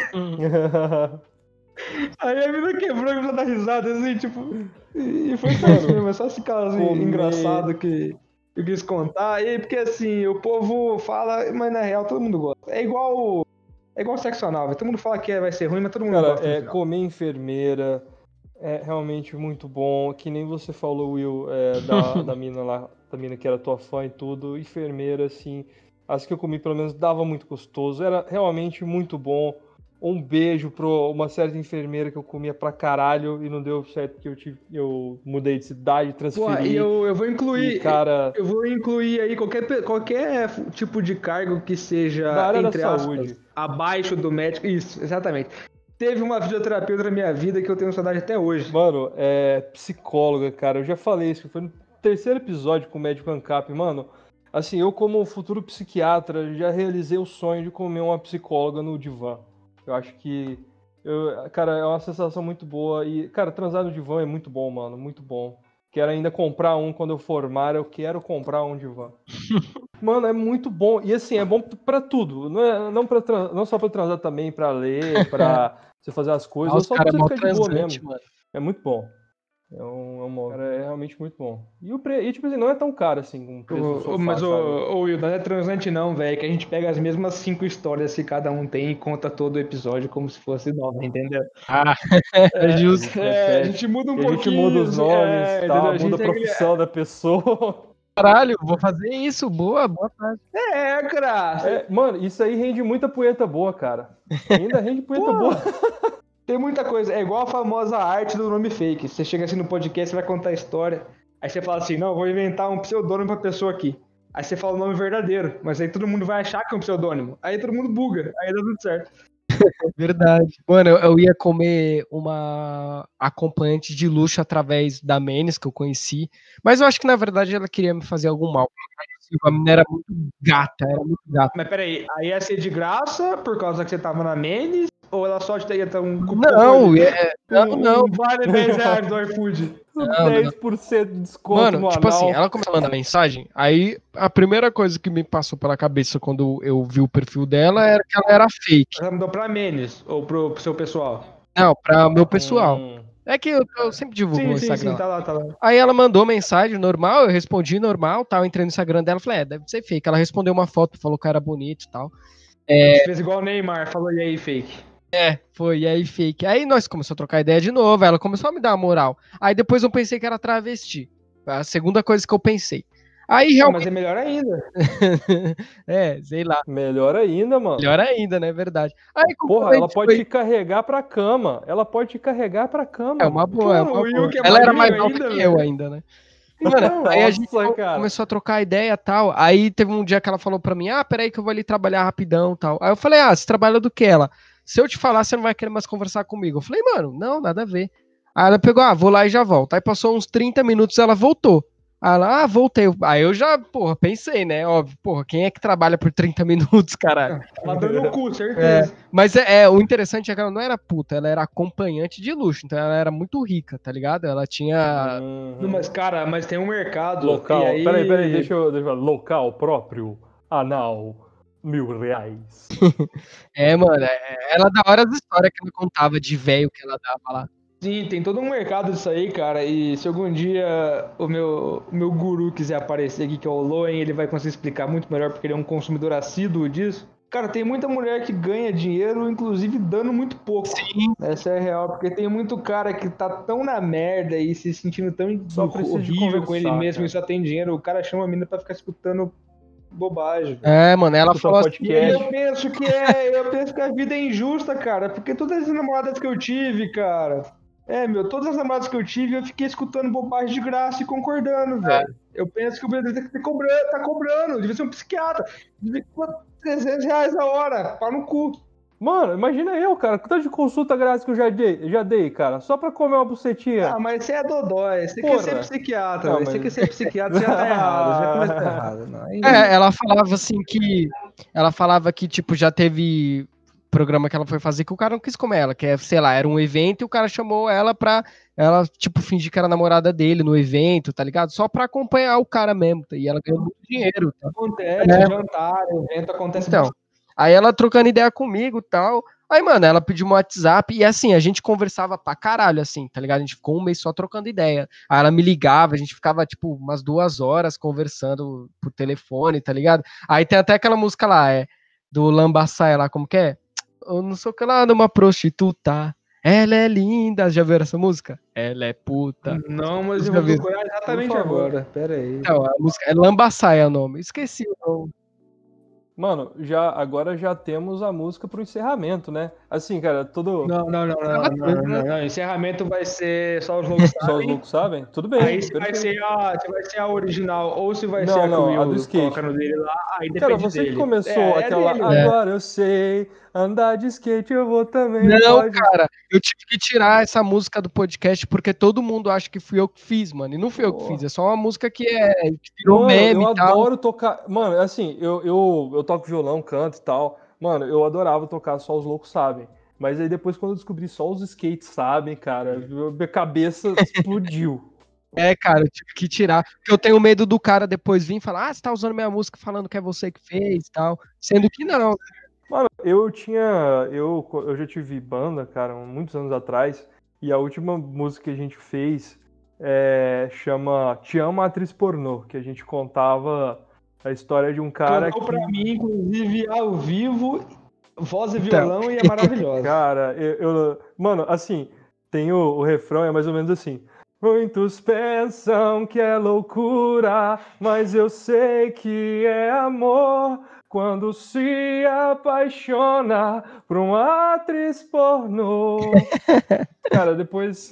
Aí a menina quebrou e começou a dar risada, assim, tipo... E foi só isso mesmo, é só esse caso Comer. engraçado que eu quis contar. E porque assim, o povo fala, mas na real todo mundo gosta. É igual... É igual sexo anal, todo mundo fala que vai ser ruim, mas todo mundo Cara, gosta no é, final. comer enfermeira é realmente muito bom. Que nem você falou, Will, é, da, da mina lá, da mina que era tua fã e tudo. Enfermeira, assim, as que eu comi pelo menos dava muito gostoso. Era realmente muito bom. Um beijo pra uma certa enfermeira que eu comia pra caralho e não deu certo porque eu, tive, eu mudei de cidade, transferi. Pô, e eu, eu vou incluir. E, cara, eu vou incluir aí qualquer, pe- qualquer tipo de cargo que seja, da área da entre aspas, saúde. abaixo do médico. Isso, exatamente. Teve uma fisioterapeuta na minha vida que eu tenho saudade até hoje. Mano, é psicóloga, cara. Eu já falei isso, foi no terceiro episódio com o Médico Ancap. Mano, assim, eu como futuro psiquiatra já realizei o sonho de comer uma psicóloga no divã. Eu acho que, eu, cara, é uma sensação muito boa. E, cara, transar no divã é muito bom, mano, muito bom. Quero ainda comprar um quando eu formar, eu quero comprar um divã. Mano, é muito bom. E assim, é bom pra tudo. Não, é, não, pra, tran- não só pra transar também, pra ler, pra você fazer as coisas, Ah, ou os só pra caras você mó ficar de boa transante, mesmo. mano. É muito bom. É um, é um- cara, é realmente muito bom. E o pre... e, tipo assim, não é tão caro assim, um preço do Ô, ô, sofá, mas, ô, sabe? ô, Will, não é transante não, velho, que a gente pega as mesmas cinco histórias que cada um tem e conta todo o episódio como se fosse nova, entendeu? Ah, É, A justo. gente é, a repete. gente muda um E a gente pouquinho, muda os assim, nomes, é, tá? entendeu? A Muda gente a tem aquele- profissão da pessoa. Caralho, vou fazer isso. Boa, boa tarde. É, cara, É, mano, isso aí rende muita punheta boa, cara. Ainda rende punheta Pô, boa. tem muita coisa. É igual a famosa arte do nome fake. Você chega assim no podcast, você vai contar a história. Aí você fala assim: não, eu vou inventar um pseudônimo pra pessoa aqui. Aí você fala o nome verdadeiro, mas aí todo mundo vai achar que é um pseudônimo. Aí todo mundo buga, aí dá tudo certo. Verdade. Mano, eu, eu ia comer uma acompanhante de luxo através da Menes, que eu conheci. Mas eu acho que, na verdade, ela queria me fazer algum mal. A menina era muito gata, era muito gata. Mas peraí, aí ia ser de graça por causa que você tava na Menes? Ou ela só te ia ter um cupom? Não, ali? é, não, um, não. um vale dez reais do iFood. Não, dez por cento de desconto Mano, no tipo anal. assim, ela começou a mandar mensagem, aí a primeira coisa que me passou pela cabeça quando eu vi o perfil dela era que ela era fake. Ela mandou pra Menes ou pro, pro seu pessoal? Não, pra meu pessoal. Hum. É que eu, eu sempre divulgo Sim, no sim, Instagram. sim, tá lá, tá lá. Aí ela mandou mensagem normal, eu respondi normal, tal, entrei no Instagram dela, falei, é, deve ser fake. Ela respondeu uma foto, falou que era bonito e tal. Você fez igual o Neymar, falou e aí, fake. É, foi, e aí fake. Aí nós começamos a trocar ideia de novo, ela começou a me dar uma moral. Aí depois eu pensei que era travesti. Foi a segunda coisa que eu pensei. Aí Não, realmente. mas é melhor ainda. É, sei lá. Melhor ainda, mano. Melhor ainda, né? Verdade. Aí, Porra, ela conforme pode foi- te carregar pra cama. Ela pode te carregar pra cama. É uma boa, é uma Pô, o boa. Yuki é Ela era magrinho mais alta ainda, que velho. eu ainda, né? E, mano, aí a gente Nossa, co- cara. começou a trocar ideia e tal. Aí teve um dia que ela falou pra mim, ah, peraí que eu vou ali trabalhar rapidão e tal. Aí eu falei, ah, você trabalha do que ela? Se eu te falar, você não vai querer mais conversar comigo. Eu falei, mano, não, nada a ver. Aí ela pegou, ah, vou lá e já volto. Aí passou uns trinta minutos, ela voltou. Aí ela, ah, voltei. Aí eu já, porra, pensei, né? Óbvio, porra, quem é que trabalha por trinta minutos, caralho? Tava dando no cu, certeza. Mas é, é, o interessante é que ela não era puta, ela era acompanhante de luxo, então ela era muito rica, tá ligado? Ela tinha. Uhum. Não, mas, cara, mas tem um mercado. Local. E aí... Peraí, peraí, deixa eu, deixa eu. Local próprio. Anal. Mil reais. É, mano, é, ela da hora as histórias que ela contava de velho que ela dava lá. Sim, tem todo um mercado disso aí, cara. E se algum dia o meu, o meu guru quiser aparecer aqui, que é o Loen, ele vai conseguir explicar muito melhor, porque ele é um consumidor assíduo disso. Cara, tem muita mulher que ganha dinheiro, inclusive dando muito pouco. Sim. Essa é a real, porque tem muito cara que tá tão na merda e se sentindo tão Só precisa de horrível com ele conversar, mesmo cara. e só tem dinheiro. O cara chama a mina pra ficar escutando bobagem. velho. É, mano, ela Escutar falou assim, E aí podcast. eu penso que é, eu penso que a vida é injusta, cara, porque todas as namoradas que eu tive, cara, é, meu, todas as namoradas que eu tive, eu fiquei escutando bobagem de graça e concordando, velho. Eu penso que o Brasil tem que ter cobrando, tá cobrando, devia ser um psiquiatra, devia cobrar trezentos reais a hora, pau no cu. Mano, imagina eu, cara. Quanto de consulta grátis que eu já dei, já dei, cara? Só pra comer uma bucetinha. Ah, mas você é dodói, você Porra. quer ser psiquiatra, Não, velho. Você mas- quer ser psiquiatra, você já tá errado, já começou errado. Não. Aí- é, ela falava assim que. Ela falava que, tipo, já teve programa que ela foi fazer que o cara não quis comer ela, que é, sei lá, era um evento e o cara chamou ela pra ela, tipo, fingir que era namorada dele no evento, tá ligado? Só pra acompanhar o cara mesmo. E ela ganhou muito dinheiro, tá? Acontece, É. jantar, evento, acontece Então, aí ela trocando ideia comigo e tal. Aí, mano, ela pediu um WhatsApp e assim, a gente conversava pra caralho, assim, tá ligado? A gente ficou um mês só trocando ideia. Aí ela me ligava, a gente ficava, tipo, umas duas horas conversando por telefone, tá ligado? Aí tem até aquela música lá, é, do Lambaçaia lá, como que é? Eu não sou que lá numa prostituta. Ela é linda. Já viram essa música? Ela é puta. Não, mas Você eu já vou viu? procurar exatamente Por favor. agora. Pera aí. Então, a música é Lambaçaia o nome. Esqueci o nome. Mano, já, agora já temos a música pro encerramento, né? Assim, cara, todo... Não, não, não, não, não, não, não, não. Encerramento vai ser só os loucos Só os sabem. loucos sabem? Tudo bem, Aí se vai, perfeito. ser a, se vai ser a original ou se vai Não, ser a que não, o a do Will skate. coloca no dele lá, aí depende Cara, você dele. que começou é, aquela... É dele, né? Agora eu sei, andar de skate eu vou também, Não, pode... cara, eu tive que tirar essa música do podcast porque todo mundo acha que fui eu que fiz, mano. E não fui eu que Pô. fiz, é só uma música que, é, que virou Mano, meme eu e tal. adoro tocar... Mano, assim, eu, eu, eu toco violão, canto e tal. Mano, eu adorava tocar Só os Loucos Sabem. Mas aí depois, quando eu descobri Só os Skates Sabem, cara, minha cabeça explodiu. É, cara, eu tive que tirar. Porque eu tenho medo do cara depois vir e falar, ah, você tá usando minha música falando que é você que fez e tal. Sendo que não. Mano, eu tinha. Eu, eu já tive banda, cara, muitos anos atrás. E a última música que a gente fez é, chama Te Amo Atriz Pornô, que a gente contava a história de um cara Cantou que. pra mim, inclusive, ao vivo, voz e Então. violão, e é maravilhosa. Cara, eu, eu- Mano, assim, tem o, o refrão, é mais ou menos assim. Muitos pensam que é loucura, mas eu sei que é amor quando se apaixona por uma atriz pornô. Cara, depois.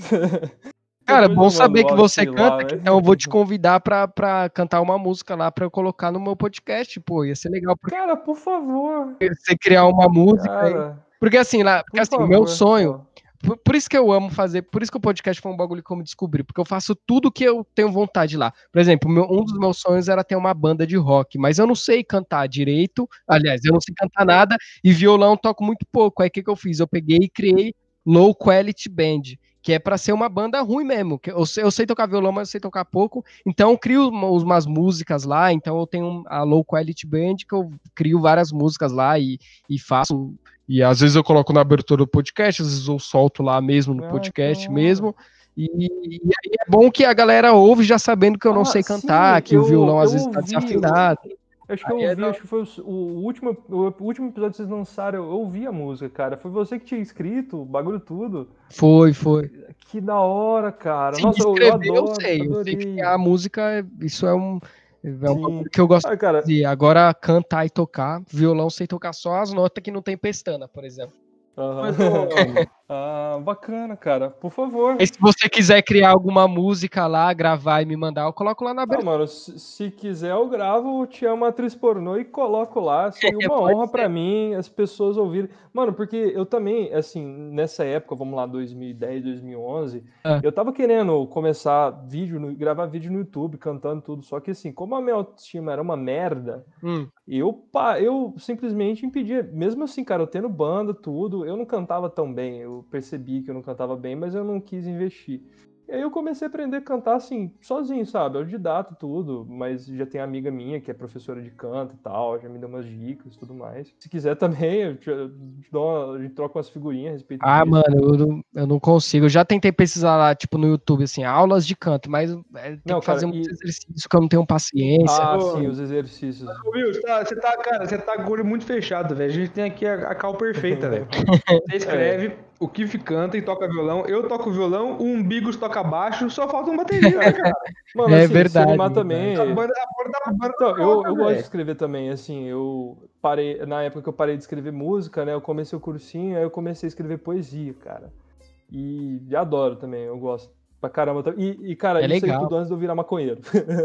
Cara, depois bom eu mando saber o que áudio, você sei lá, canta, né? então eu vou te convidar pra, pra cantar uma música lá pra eu colocar no meu podcast, pô, ia ser legal porque Cara, por favor. você criar uma música aí. Cara, Porque assim, lá, porque por assim, o meu favor. sonho, Ó. por, por isso que eu amo fazer, por isso que o podcast foi um bagulho que eu me descobri, porque eu faço tudo que eu tenho vontade lá. Por exemplo, meu- um dos meus sonhos era ter uma banda de rock, mas eu não sei cantar direito, aliás, eu não sei cantar nada, e violão eu toco muito pouco. Aí o que, que eu fiz? Eu peguei e criei Low Quality Band, que é pra ser uma banda ruim mesmo. que Eu sei, eu sei tocar violão, mas eu sei tocar pouco, então eu crio uma- umas músicas lá, então eu tenho a Low Quality Band, que eu crio várias músicas lá e, e faço. E às vezes eu coloco na abertura do podcast, às vezes eu solto lá mesmo no Ai, podcast que mesmo. E, e aí é bom que a galera ouve já sabendo que eu não Ah, sei sim, cantar, que o eu, violão às eu vezes tá ouvi. desafinado. Acho que eu Aí é ouvi, da- acho que foi o, o último, o último episódio que vocês lançaram, eu ouvi a música, cara. Foi você que tinha escrito o bagulho tudo. Foi, foi. Que da hora, cara. Sim, Nossa, eu, eu escrever eu adoro, sei, eu sei adorei. criar a música, isso é um, é um Sim. bagulho que eu gosto Ah, de cara, fazer. Agora, cantar e tocar, violão sei tocar só as notas que não tem pestana, por exemplo. aham. Mas, ô, Ah, bacana, cara. Por favor. E se você quiser criar alguma música lá, gravar e me mandar, eu coloco lá na Ah, abertura. mano, se, se quiser eu gravo o Te Amo Atriz Pornô e coloco lá. Seria uma Pode honra ser. pra mim as pessoas ouvirem. Mano, porque eu também, assim, nessa época, vamos lá, dois mil e dez, dois mil e onze, Ah. eu tava querendo começar vídeo, no- gravar vídeo no YouTube, cantando tudo. Só que assim, como a minha autoestima era uma merda, Hum. eu, pa- eu simplesmente impedia. Mesmo assim, cara, eu tendo banda, tudo, eu não cantava tão bem. Eu percebi que eu não cantava bem, mas eu não quis investir. E aí eu comecei a aprender a cantar assim, sozinho, sabe? Autodidata, tudo, mas já tem amiga minha que é professora de canto e tal, já me deu umas dicas e tudo mais. Se quiser também, eu te, eu te dou uma- a gente troca umas figurinhas a respeito Ah, disso. mano, eu não, eu não consigo. Eu já tentei pesquisar lá, tipo, no YouTube, assim, aulas de canto, mas é, tem Não, que fazer cara, muito e... exercício que eu não tenho paciência. Ah, Ô, sim, os exercícios. ô, Will, você tá, você tá, cara, você tá com o olho muito fechado, velho. A gente tem aqui a, a cal perfeita, velho. Você escreve, o Kiff canta e toca violão, eu toco violão, o Umbigos toca baixo, só falta um bateria, né, cara? Mano, É assim, se verdade, animar verdade. também... A banda, a banda, a banda Então, eu, toca, eu gosto de velho. escrever também, assim, eu parei, na época que eu parei de escrever música, né, eu comecei o cursinho, aí eu comecei a escrever poesia, cara, e, e adoro também, eu gosto pra caramba, e, e cara, É isso aí legal. tudo antes de eu virar maconheiro.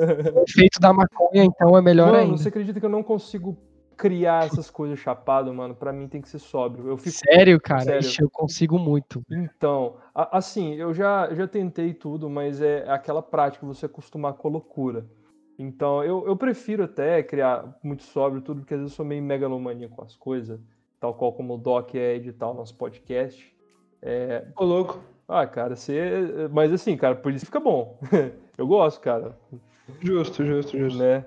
O efeito da maconha, então, é melhor Mano, ainda. você acredita que eu não consigo criar essas coisas chapado, mano, pra mim tem que ser sóbrio, eu fico, Sério, cara? sério. Ixi, eu consigo muito. Então, a- assim, eu já, já tentei tudo, mas é aquela prática, você acostumar com a loucura. Então, eu, eu prefiro até criar muito sóbrio tudo, porque às vezes eu sou meio megalomaníaco com as coisas, tal qual como o Doc é editar o nosso podcast. Ô, louco. Ah, cara, você... Mas assim, cara, por isso fica bom. Eu gosto, cara, Justo, justo, justo. né?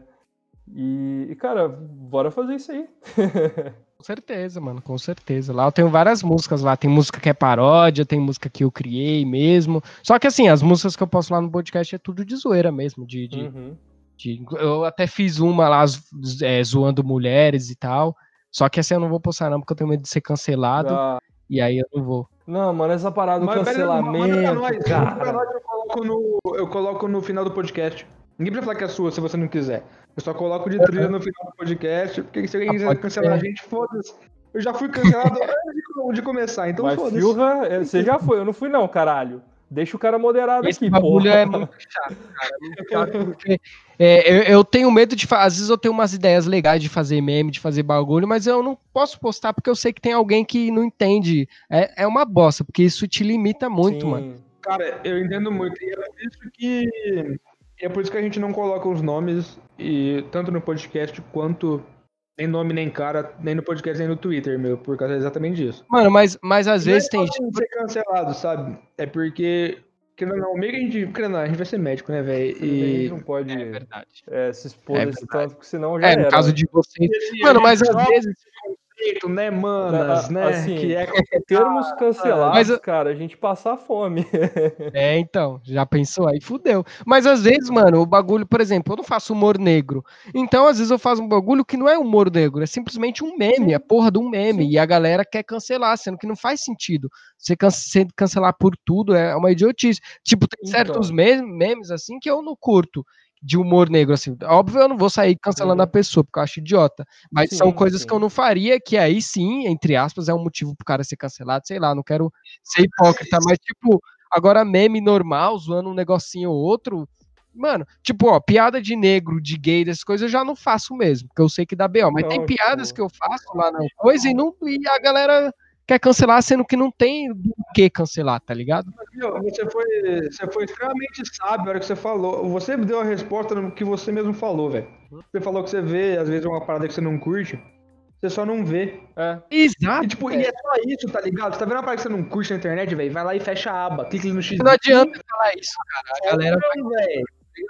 E, e, cara, bora fazer isso aí. Com certeza, mano, com certeza. Lá eu tenho várias músicas lá. Tem música que é paródia, tem música que eu criei mesmo. Só que assim, as músicas que eu posto lá no podcast é tudo de zoeira mesmo. De, de, Uhum. de- eu até fiz uma lá zo- é, zoando mulheres e tal. Só que essa eu não vou postar, não, porque eu tenho medo de ser cancelado. Ah, E aí eu não vou. não, mano, essa parada do Mas, velho, manda pra cancelamento, nós, manda pra cara. nós, eu coloco, no, eu coloco no final do podcast. Ninguém precisa falar que é sua se você não quiser. Eu só coloco de trilha no final do podcast, porque se alguém Ah, quiser pode cancelar ser. a gente, foda-se. Eu já fui cancelado antes de, de começar, então Mas foda-se. Filra, é, você já foi, eu não fui não, caralho. Deixa o cara moderado Esse aqui, bagulho porra. é muito chato, cara. É muito chato porque é, eu, eu tenho medo de fazer. Às vezes eu tenho umas ideias legais de fazer meme, de fazer bagulho, mas eu não posso postar porque eu sei que tem alguém que não entende. É, é uma bosta, porque isso te limita muito, Sim. mano. Cara, eu entendo muito. E é por isso que. É por isso que a gente não coloca os nomes, e tanto no podcast quanto. Nem nome, nem cara, nem no podcast, nem no Twitter, meu, por causa exatamente disso. Mano, mas, mas às Não é vezes tem. só de ser cancelado, sabe? É porque. Querendo ou não, meio que a gente. Querendo ou não, a gente vai ser médico, né, velho? A gente E. não pode É verdade. é, se expor É desse verdade. tanto, porque senão já É, era. no caso né? de vocês. Esse- Mano, a mas gente às joga vezes. esse conceito, né, manas, A- a- né? Assim, que é termos cancelados, Mas- cara, a gente passa fome. É, então, já pensou? Aí fudeu. Mas às vezes, mano, o bagulho, por exemplo, eu não faço humor negro. Então, às vezes, eu faço um bagulho que não é humor negro, é simplesmente um meme, Sim. a porra de um meme. Sim. E a galera quer cancelar, sendo que não faz sentido. Você can você cancelar por tudo é uma idiotice. Tipo, tem Então. certos me- memes assim que eu não curto. De humor negro, assim. Óbvio, eu não vou sair cancelando Uhum. a pessoa, porque eu acho idiota. Mas Sim, são coisas sim. que eu não faria, que aí sim, entre aspas, é um motivo pro cara ser cancelado. Sei lá, não quero ser hipócrita, mas tipo. Agora, meme normal, zoando um negocinho ou outro. Mano, tipo, ó, piada de negro, de gay, dessas coisas eu já não faço mesmo, porque eu sei que dá B O. Mas tem Não, piadas tipo, que eu faço lá na coisa e, não, e a galera quer cancelar, sendo que não tem do que cancelar, tá ligado? Meu, Você foi, você foi extremamente sábio na hora que você falou. Você deu a resposta no que você mesmo falou, velho. Você falou que você vê, às vezes, uma parada que você não curte, você só não vê. é. Exato. E, tipo, e é só isso, tá ligado? Você tá vendo uma parada que você não curte na internet, velho? Vai lá e fecha a aba, clica ali no X. Não adianta falar isso, cara. A galera vai. velho.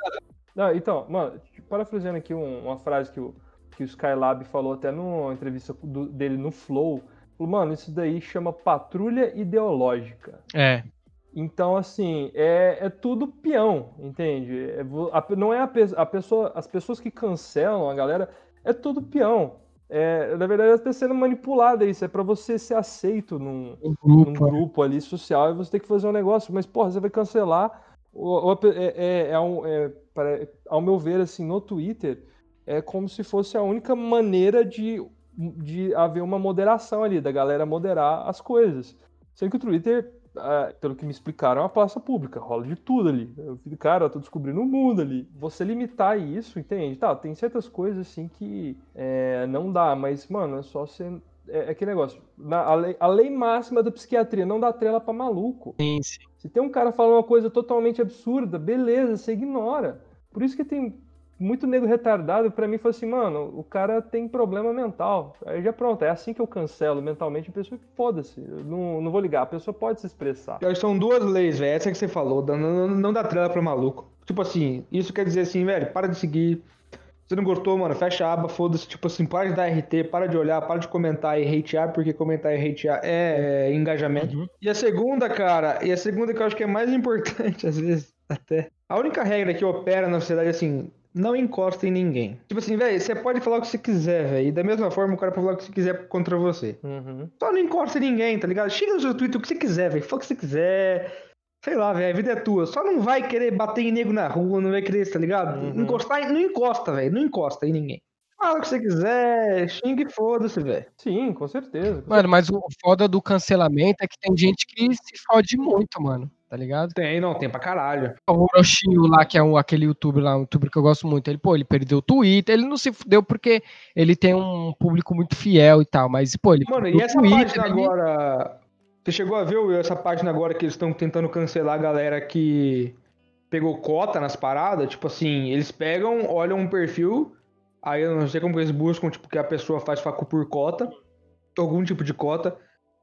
Não, então, mano, parafraseando aqui um- uma frase que o, que o Skylab falou até numa entrevista do- dele no Flow. Falou, mano, isso daí chama patrulha ideológica. É. Então, assim, é, é tudo peão, entende? É vo- a- não é a, pe- a pessoa, as pessoas que cancelam a galera, é tudo peão. É, na verdade, está sendo manipulada isso. É pra você ser aceito num, Um num grupo. grupo ali social e você tem que fazer um negócio. Mas, porra, você vai cancelar. Ou, ou a pe- é, é- é um- é, para- ao meu ver, assim, no Twitter, é como se fosse a única maneira de, de haver uma moderação ali, da galera moderar as coisas. Sendo que o Twitter, ah, pelo que me explicaram, é uma praça pública, rola de tudo ali. Eu fico, cara, eu tô descobrindo o mundo ali. Você limitar isso, entende? Tá, tem certas coisas assim que é, não dá, mas, mano, é só você. É, é aquele negócio. Na, a, lei, a lei máxima da psiquiatria não dá trela pra maluco. Sim, sim. Se tem um cara falando uma coisa totalmente absurda, beleza, você ignora. Por isso que tem muito nego retardado, pra mim, fala assim, mano, o cara tem problema mental. Aí já pronto, é assim que eu cancelo mentalmente a pessoa que foda-se. Eu Não, não vou ligar, a pessoa pode se expressar. Eu acho que são duas leis, velho. Essa que você falou, não, não, não dá trela pra maluco. Tipo assim, isso quer dizer assim, velho, para de seguir. Você não gostou, mano, fecha a aba, foda-se. Tipo assim, para de dar R T, para de olhar, para de comentar e hatear, porque comentar e hatear é, é engajamento. Uhum. E a segunda, cara, e a segunda que eu acho que é mais importante, às vezes, até. A única regra que opera na sociedade é assim, não encosta em ninguém. Tipo assim, velho, você pode falar o que você quiser, velho. E da mesma forma, o cara pode falar o que você quiser contra você. Uhum. Só não encosta em ninguém, tá ligado? Chega no seu Twitter o que você quiser, velho. Fala o que você quiser. Sei lá, velho, a vida é tua. Só não vai querer bater em nego na rua, não vai querer isso, tá ligado? Uhum. Encostar, em- não encosta, velho. Não encosta em ninguém. Fala o que você quiser, xingue e foda-se, velho. Sim, com certeza. com Mano, mas o foda do cancelamento é que tem gente que se fode muito, mano. Tá ligado? Tem, não, tem pra caralho. O Orochinho lá, que é um, aquele youtuber lá, um youtuber que eu gosto muito, ele, pô, ele perdeu o Twitter, ele não se fudeu porque ele tem um público muito fiel e tal, mas, pô, ele Mano, perdeu e o essa Twitter, página ele- agora. Você chegou a ver Will, essa página agora que eles estão tentando cancelar a galera que pegou cota nas paradas? Tipo assim, eles pegam, olham um perfil, aí eu não sei como que eles buscam, tipo, que a pessoa faz facu por cota, algum tipo de cota.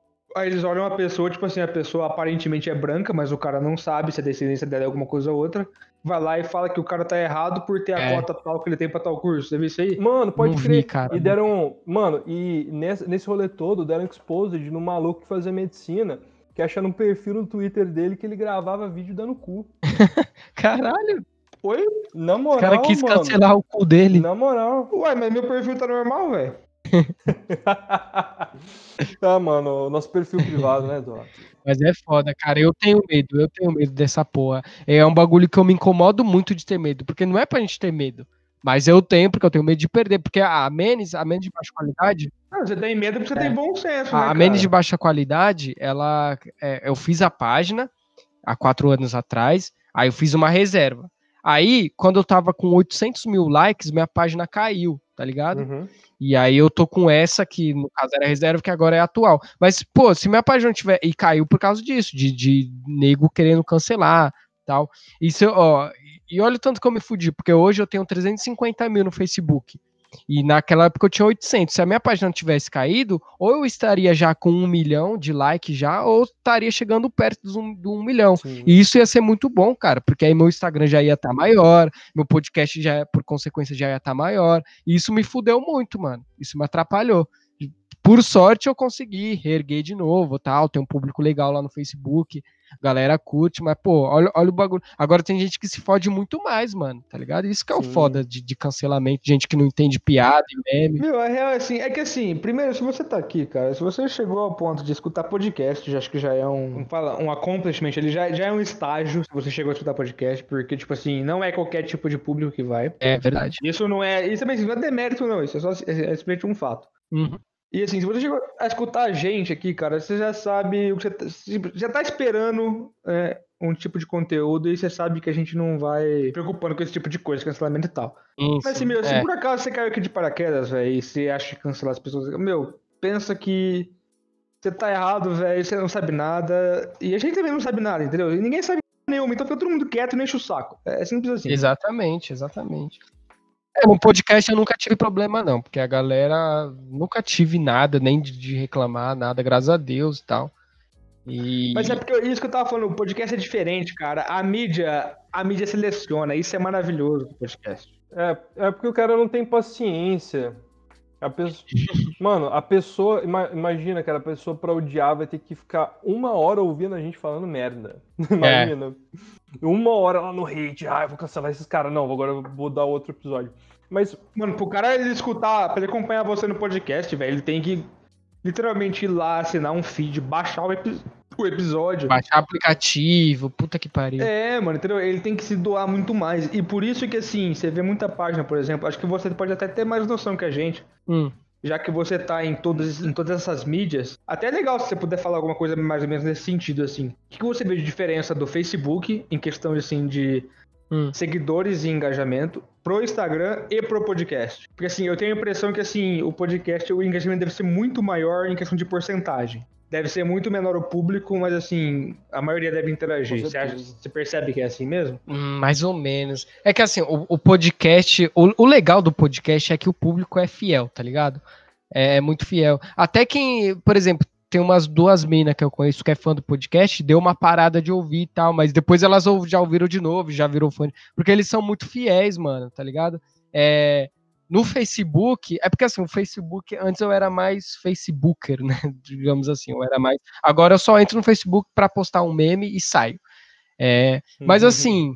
Aí eles olham a pessoa, tipo assim, a pessoa aparentemente é branca, mas o cara não sabe se a descendência dela é alguma coisa ou outra. Vai lá e fala que o cara tá errado por ter a É. cota tal que ele tem pra tal curso. Você viu isso aí? Mano, pode Não vi, crer. cara, E não deram. Mano, e nesse, nesse rolê todo deram exposed no maluco que fazia medicina, que acharam um perfil no Twitter dele que ele gravava vídeo dando cu. Caralho, Oi? Na o moral, cara quis mano. cancelar o cu dele. Na moral. Ué, mas meu perfil tá normal, velho. Ah, mano, o nosso perfil privado, né, Eduardo? Mas é foda, cara. Eu tenho medo, eu tenho medo dessa porra. É um bagulho que eu me incomodo muito de ter medo, porque não é pra gente ter medo. Mas eu tenho, porque eu tenho medo de perder. Porque a Menes, a Menes de baixa qualidade. Não, você tem medo porque você É. tem bom senso, A, né, a Menes de cara? baixa qualidade, ela. É, eu fiz a página há quatro anos atrás, aí eu fiz uma reserva. Aí, quando eu tava com oitocentos mil likes, minha página caiu, tá ligado? Uhum. E aí eu tô com essa, que no caso era reserva, que agora é atual. Mas, pô, se minha página não tiver. E caiu por causa disso, de, de nego querendo cancelar tal. Isso, ó. E olha o tanto que eu me fudi, porque hoje eu tenho trezentos e cinquenta mil no Facebook. E naquela época eu tinha oitocentos. Se a minha página não tivesse caído, ou eu estaria já com um milhão de likes já, ou estaria chegando perto do um, do um milhão. Sim. E isso ia ser muito bom, cara, porque aí meu Instagram já ia estar maior, meu podcast já, por consequência, já ia estar maior. E isso me fudeu muito, mano. Isso me atrapalhou. Por sorte eu consegui reerguer de novo, tal, tem um público legal lá no Facebook, galera curte, mas pô, olha, olha o bagulho. Agora tem gente que se fode muito mais, mano, tá ligado? Isso que é o Sim. foda de, de cancelamento, gente que não entende piada e meme. Meu, a real é assim, é que assim, primeiro, se você tá aqui, cara, se você chegou ao ponto de escutar podcast, já acho que já é um, um, fala, um accomplishment, ele já, já é um estágio se você chegou a escutar podcast, porque, tipo assim, não é qualquer tipo de público que vai. É verdade. Isso não é, isso também não é demérito não, isso é só é, é simplesmente um fato. Uhum. E assim, se você chegou a escutar a gente aqui, cara, você já sabe o que você tá, já tá esperando é, um tipo de conteúdo e você sabe que a gente não vai preocupando com esse tipo de coisa, cancelamento e tal. Sim, Mas assim, sim, meu, se é. por acaso você caiu aqui de paraquedas, velho, e você acha que cancelar as pessoas, meu, pensa que você tá errado, velho, você não sabe nada, e a gente também não sabe nada, entendeu? E ninguém sabe nenhuma, então fica todo mundo quieto e não enche o saco. É simples assim. Exatamente, exatamente. É, no podcast eu nunca tive problema, não, porque a galera nunca tive nada, nem de, de reclamar, nada, graças a Deus e tal. E... Mas é porque isso que eu tava falando, o podcast é diferente, cara. A mídia, a mídia seleciona, isso é maravilhoso do podcast. É, é porque o cara não tem paciência. A pessoa... Mano, a pessoa, imagina, cara, a pessoa pra odiar vai ter que ficar uma hora ouvindo a gente falando merda. Imagina. É. Uma hora lá no hate, ah, eu vou cancelar esses caras. Não, agora eu vou dar outro episódio. Mas, mano, pro cara ele escutar, pra ele acompanhar você no podcast, velho, ele tem que literalmente ir lá, assinar um feed, baixar o, epi o episódio. Baixar aplicativo, puta que pariu. É, mano, entendeu? Ele tem que se doar muito mais. E por isso que, assim, você vê muita página, por exemplo, acho que você pode até ter mais noção que a gente. Hum. Já que você tá em todas, em todas essas mídias, até é legal se você puder falar alguma coisa mais ou menos nesse sentido, assim. O que você vê de diferença do Facebook, em questão, assim, de hum. seguidores e engajamento, pro Instagram e pro podcast? Porque, assim, eu tenho a impressão que, assim, o podcast, o engajamento deve ser muito maior em questão de porcentagem. Deve ser muito menor o público, mas, assim, a maioria deve interagir. Você, acha, você percebe que é assim mesmo? Hum, mais ou menos. É que, assim, o, o podcast... O, o legal do podcast é que o público é fiel, tá ligado? É, é muito fiel. Até quem, por exemplo, tem umas duas minas que eu conheço que é fã do podcast, deu uma parada de ouvir e tal, mas depois elas já ouviram de novo, já virou fã. Porque eles são muito fiéis, mano, tá ligado? É... No Facebook, é porque assim, o Facebook, antes eu era mais Facebooker, né? Digamos assim, eu era mais. Agora eu só entro no Facebook pra postar um meme e saio. É, mas assim,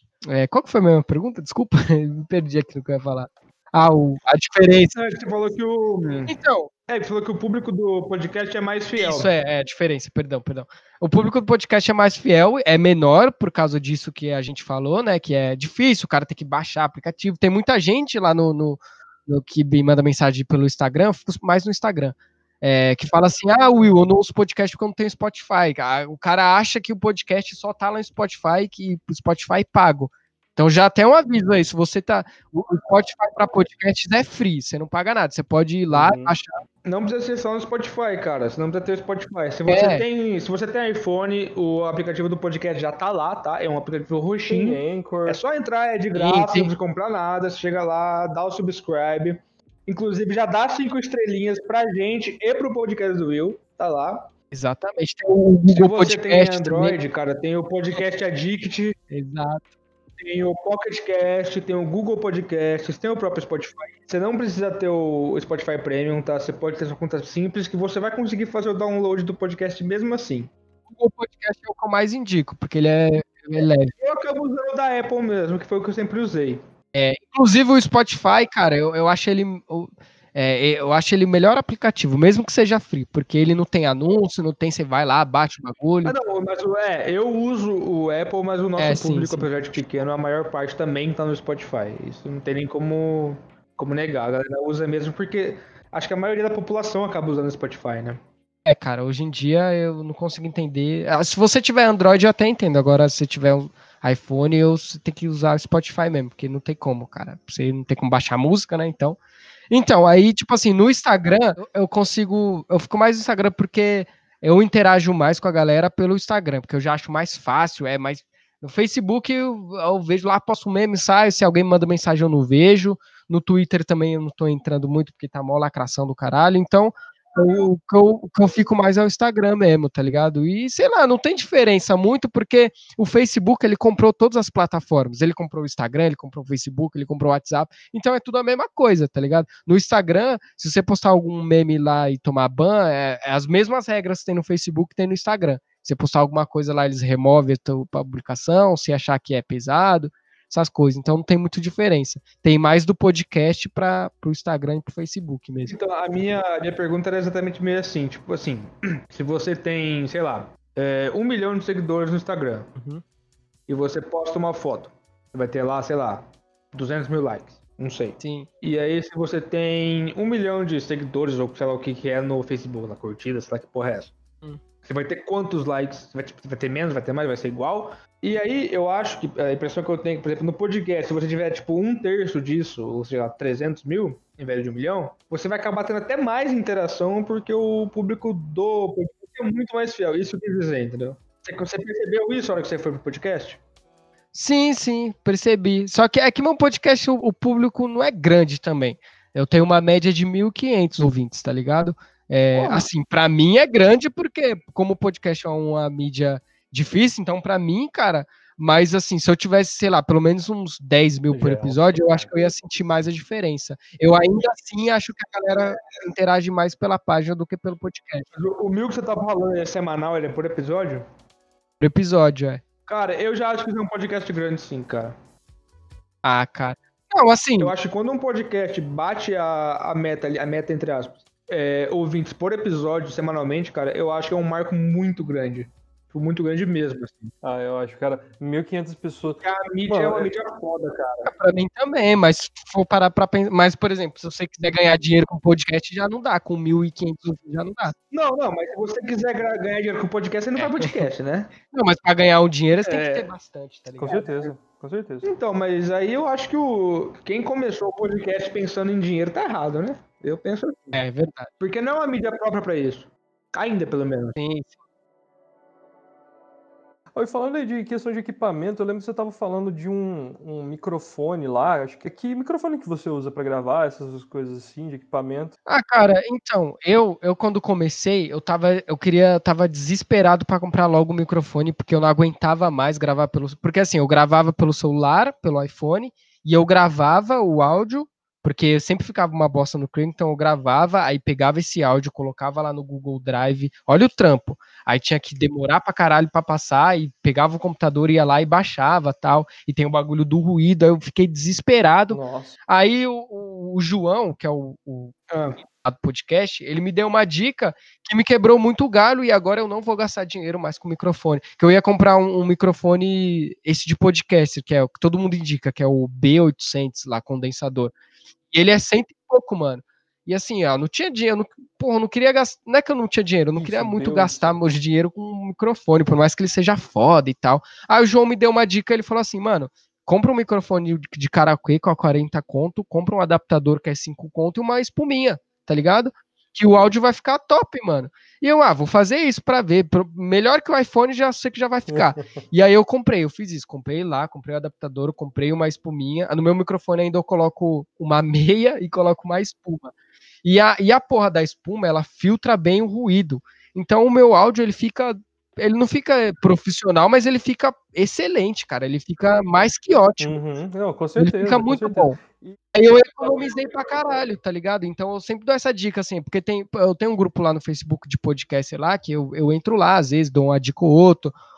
é, qual que foi a minha pergunta? Desculpa, me perdi aqui no que eu ia falar. Ah, o, a diferença. É, você falou que o. Então. É, você falou que o público do podcast é mais fiel. Isso é, é a diferença, perdão, perdão. O público do podcast é mais fiel, é menor por causa disso que a gente falou, né? Que é difícil, o cara tem que baixar aplicativo. Tem muita gente lá no, no, no que me manda mensagem pelo Instagram, eu fico mais no Instagram. É, que fala assim, ah, Will, eu não ouço podcast porque eu não tenho Spotify. O cara acha que o podcast só tá lá no Spotify, que o Spotify é pago. Então já tem um aviso aí, se você tá... O Spotify para podcasts é free, você não paga nada, você pode ir lá e uhum. achar. Não precisa ser só no Spotify, cara, você não precisa ter o Spotify. Se você, é. tem, se você tem iPhone, o aplicativo do podcast já tá lá, tá? É um aplicativo roxinho. É só entrar, é de graça, sim, sim. Não precisa comprar nada, você chega lá, dá o subscribe. Inclusive já dá cinco estrelinhas pra gente e pro podcast do Will, tá lá. Exatamente, tem o Google Se você Podcast tem Android, também. Cara, tem o Podcast Addict. Exato. Tem o Pocket Cast, tem o Google Podcasts, tem o próprio Spotify. Você não precisa ter o Spotify Premium, tá? Você pode ter sua conta simples que você vai conseguir fazer o download do podcast mesmo assim. O Google Podcast é o que eu mais indico, porque ele é, ele é leve. Eu acabo usando o da Apple mesmo, que foi o que eu sempre usei. É, inclusive o Spotify, cara, eu, eu acho ele... Eu, É, eu acho ele o melhor aplicativo, mesmo que seja free, porque ele não tem anúncio, não tem, você vai lá, bate o bagulho. Ah, não, mas o- é, eu uso o Apple, mas o nosso É, sim, público, sim. apesar de pequeno, a maior parte também tá no Spotify. Isso não tem nem como, como negar. A galera usa mesmo porque acho que a maioria da população acaba usando o Spotify, né? É, cara, hoje em dia eu não consigo entender. Ah, se você tiver Android, eu até entendo. Agora, se você tiver um iPhone, eu você tem que usar o Spotify mesmo, porque não tem como, cara. Você não tem como baixar música, né? Então. Então, aí, tipo assim, no Instagram, eu- eu consigo. Eu fico mais no Instagram porque eu interajo mais com a galera pelo Instagram, porque eu já acho mais fácil, é mais. No Facebook eu, eu vejo lá, posto um meme, sai. Se alguém me manda mensagem, eu não vejo. No Twitter também eu não tô entrando muito, porque tá mó lacração do caralho. Então, o que eu, o que eu fico mais é o Instagram mesmo, tá ligado? E sei lá, não tem diferença muito, porque o Facebook ele comprou todas as plataformas. Ele comprou o Instagram, ele comprou o Facebook, ele comprou o WhatsApp. Então é tudo a mesma coisa, tá ligado? No Instagram, se você postar algum meme lá e tomar ban, é, é as mesmas regras que tem no Facebook tem no Instagram. Se você postar alguma coisa lá, eles removem a tua publicação, se achar que é pesado, essas coisas. Então não tem muita diferença. Tem mais do podcast para o Instagram e para o Facebook mesmo. Então, a minha, a minha pergunta era exatamente meio assim, tipo assim, se você tem, sei lá, é, um milhão de seguidores no Instagram Uhum. e você posta uma foto, você vai ter lá, sei lá, duzentos mil likes, não sei. Sim. E aí, se você tem um milhão de seguidores, ou sei lá o que, que é no Facebook, na curtida, sei lá que porra é essa. Hum. Você vai ter quantos likes? Você vai, tipo, vai ter menos, vai ter mais, vai ser igual? E aí, eu acho que a impressão que eu tenho, por exemplo, no podcast, se você tiver, tipo, um terço disso, ou seja, trezentos mil, em vez de um milhão, você vai acabar tendo até mais interação, porque o público do podcast é muito mais fiel. Isso eu quis dizer, entendeu? Você, você percebeu isso na hora que você foi pro podcast? Sim, sim, percebi. Só que é que meu podcast, o, o público não é grande também. Eu tenho uma média de mil e quinhentos ouvintes, tá ligado? É, Porra. assim, pra mim é grande porque, como o podcast é uma mídia difícil, então pra mim, cara, mas assim, se eu tivesse, sei lá, pelo menos uns dez mil por Já é um episódio, eu pouco. acho que eu ia sentir mais a diferença. Eu ainda assim acho que a galera interage mais pela página do que pelo podcast. Mas O, o mil que você tá falando é semanal, ele é por episódio? Por episódio, é. Cara, eu já acho que isso é um podcast grande, sim, cara. Ah, cara. Não, assim, Eu acho que quando um podcast bate a, a meta, ali- a meta entre aspas, é, ouvintes por episódio semanalmente, cara, eu acho que é um marco muito grande. Tipo, muito grande mesmo, assim. Ah, eu acho, cara, mil e quinhentas pessoas. Porque a mídia Mano, é uma é- mídia foda, cara. pra mim também, mas se for parar pra pensar. Mas, por exemplo, se você quiser ganhar dinheiro com podcast, já não dá. Com mil e quinhentos ouvintes já não dá. Não, não, mas se você quiser gra- ganhar dinheiro com podcast, você não faz podcast, né? Não, mas pra ganhar um dinheiro, você tem É. que ter bastante, tá Com ligado? certeza, com certeza. Então, mas aí eu acho que o quem começou o podcast pensando em dinheiro tá errado, né? Eu penso assim. É verdade. Porque não é uma mídia própria pra isso. Ainda, pelo menos. Sim, sim. Ó, e falando aí de questão de equipamento, eu lembro que você estava falando de um, um microfone lá. Acho que que microfone que você usa para gravar essas coisas assim de equipamento? Ah, cara, então, eu, eu quando comecei, eu tava, eu queria, tava desesperado pra comprar logo o microfone, porque eu não aguentava mais gravar pelo, porque assim, eu gravava pelo celular, pelo iPhone, e eu gravava o áudio, porque eu sempre ficava uma bosta no Chrome, então eu gravava, aí pegava esse áudio, colocava lá no Google Drive, olha o trampo, aí tinha que demorar pra caralho pra passar, e pegava o computador, ia lá e baixava, tal, e tem o bagulho do ruído, aí eu fiquei desesperado. Nossa. Aí o, o- o João, que é o, o Ah, do podcast, ele me deu uma dica que me quebrou muito o galho e agora eu não vou gastar dinheiro mais com microfone. Que eu ia comprar um, um microfone, esse de podcast, que é o que todo mundo indica, que é o B oitocentos lá, condensador. E ele é cento e pouco, mano. E assim, ó, não tinha dinheiro, não, porra, eu não queria gastar, não é que eu não tinha dinheiro, eu não Isso, queria muito B gastar oitocentos. meu dinheiro com um microfone, por mais que ele seja foda e tal. Aí o João me deu uma dica, ele falou assim, mano, compra um microfone de- de karaokê com a quarenta conto, compra um adaptador que é cinco conto e uma espuminha, tá ligado? Que o áudio vai ficar top, mano. E eu, ah, vou fazer isso pra ver. Pro- Melhor que o iPhone, já sei que já vai ficar. E aí eu comprei, eu fiz isso. Comprei lá, comprei o adaptador, comprei uma espuminha. No meu microfone ainda eu coloco uma meia e coloco uma espuma. E a, e a porra da espuma, ela filtra bem o ruído. Então o meu áudio, ele fica. Ele não fica profissional, mas ele fica excelente, cara. Ele fica mais que ótimo. Uhum. Não, com Ele certeza, fica com muito certeza. bom. Aí eu economizei pra caralho, tá ligado? Então eu sempre dou essa dica, assim, porque tem, eu tenho um grupo lá no Facebook de podcast lá, que eu, eu entro lá, às vezes dou uma dica ou outra,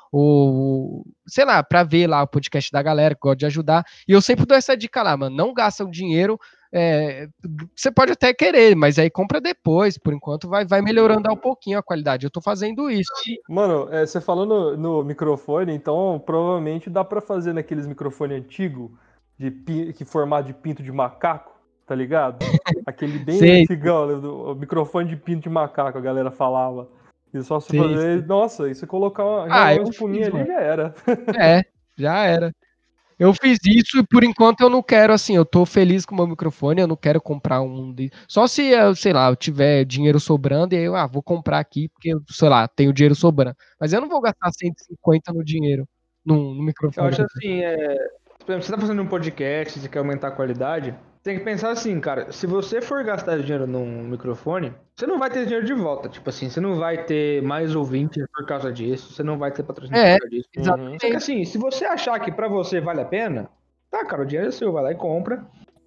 ou, sei lá, pra ver lá o podcast da galera que gosta de ajudar. E eu sempre dou essa dica lá, mano, não gasta o dinheiro, é, você pode até querer, mas aí compra depois, por enquanto vai, vai melhorando um pouquinho a qualidade. Eu tô fazendo isso. Mano, é, você falou no, no microfone, então provavelmente dá pra fazer naqueles microfone antigo, de pi- que formato de pinto de macaco, tá ligado? Aquele bem Sei. antigão, né, do- o microfone de pinto de macaco, a galera falava. E só se Sei, fazer, nossa, e você colocar uma, Ah, jogar uma eu espuminha fiz, ali mano. já era. É, já era. Eu fiz isso e por enquanto eu não quero, assim, eu tô feliz com o meu microfone, eu não quero comprar um de... Só se, eu, sei lá, eu tiver dinheiro sobrando e aí eu, ah, vou comprar aqui porque, eu, sei lá, tenho dinheiro sobrando. Mas eu não vou gastar cento e cinquenta no dinheiro, no, no Eu microfone. acho assim, é, por exemplo, você tá fazendo um podcast, você quer aumentar a qualidade, tem que pensar assim, cara, se você for gastar dinheiro num microfone, você não vai ter dinheiro de volta. Tipo assim, você não vai ter mais ouvintes por causa disso, você não vai ter patrocínio É, por causa disso. Uhum. Só que assim, se você achar que pra você vale a pena, tá, cara, o dinheiro é seu, vai lá e compra.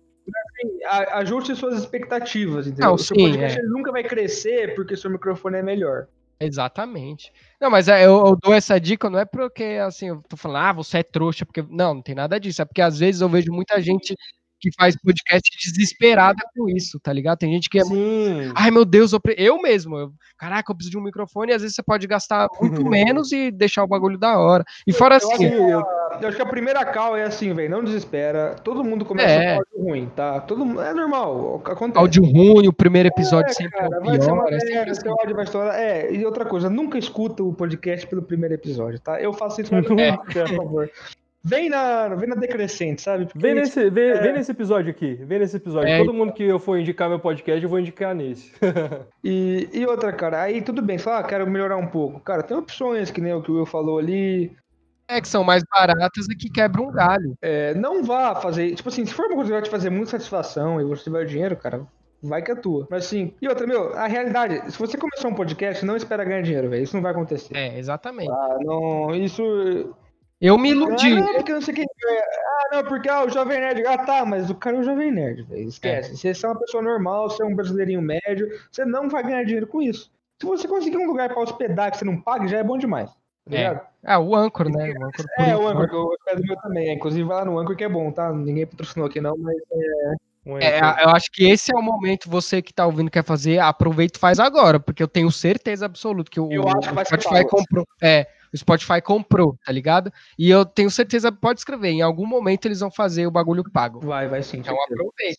Assim, a- ajuste suas expectativas, entendeu? não, O seu sim, podcast é. ele nunca vai crescer porque seu microfone é melhor. Exatamente. Não, mas é, eu, eu dou essa dica, não é porque, assim, eu tô falando, ah, você é trouxa, porque... Não, não tem nada disso. É porque, às vezes, eu vejo muita gente que faz podcast desesperada com isso, tá ligado? Tem gente que é muito... Sim. Ai, meu Deus, eu, pre- eu mesmo, eu- caraca, eu preciso de um microfone, e às vezes você pode gastar muito menos e deixar o bagulho da hora. E fora Eu acho, assim, Sim, eu, eu acho que a primeira call é assim, velho, não desespera. Todo mundo começa é, com áudio ruim, tá? Todo, mundo- é normal, acontece. áudio ruim, o primeiro episódio sempre é o Cara, vai ser uma pior, é sempre merda, assim. seu áudio vai estourar. É, e outra coisa, nunca escuta o podcast pelo primeiro episódio, tá? Eu faço isso, mas não É. faça, por favor. Vem na, vem na decrescente, sabe? Porque vem, aí, nesse, vem, vem nesse episódio aqui, vem nesse episódio. É, Todo mundo que eu for indicar meu podcast, eu vou indicar nesse. E, e outra, cara, aí tudo bem, você fala, ah, quero melhorar um pouco. Cara, tem opções, que nem o que o Will falou ali. é que são mais baratas e que quebram um galho. É, não vá fazer, tipo assim, se for uma coisa que vai te fazer muita satisfação e você tiver dinheiro, cara, vai que é tua. Mas assim, e outra, meu, a realidade, se você começar um podcast, não espera ganhar dinheiro, velho. Isso não vai acontecer. É, exatamente. Ah, não, isso. Eu me Ah, iludi. não, porque não sei quem. Ah, não, porque ah, o Jovem Nerd. Ah, tá, mas o cara é um Jovem Nerd, velho. Esquece. Se você é uma pessoa normal, você é um brasileirinho médio, você não vai ganhar dinheiro com isso. Se você conseguir um lugar pra hospedar que você não pague, já é bom demais. Tá ligado? É. Ah, o Anchor, né? O Anchor, por É, o enquanto. Anchor, que eu hospedo meu também. É, inclusive, vai lá no Anchor que é bom, tá? Ninguém patrocinou aqui não, mas. Um É, Anchor. eu acho que esse é o momento, você que tá ouvindo quer fazer, aproveita e faz agora, porque eu tenho certeza absoluta que o, Eu acho que o vai ser Spotify pago. comprou. É, o Spotify comprou, tá ligado? E eu tenho certeza, pode escrever, em algum momento eles vão fazer o bagulho pago. Vai, vai sim. Então certeza. aproveita.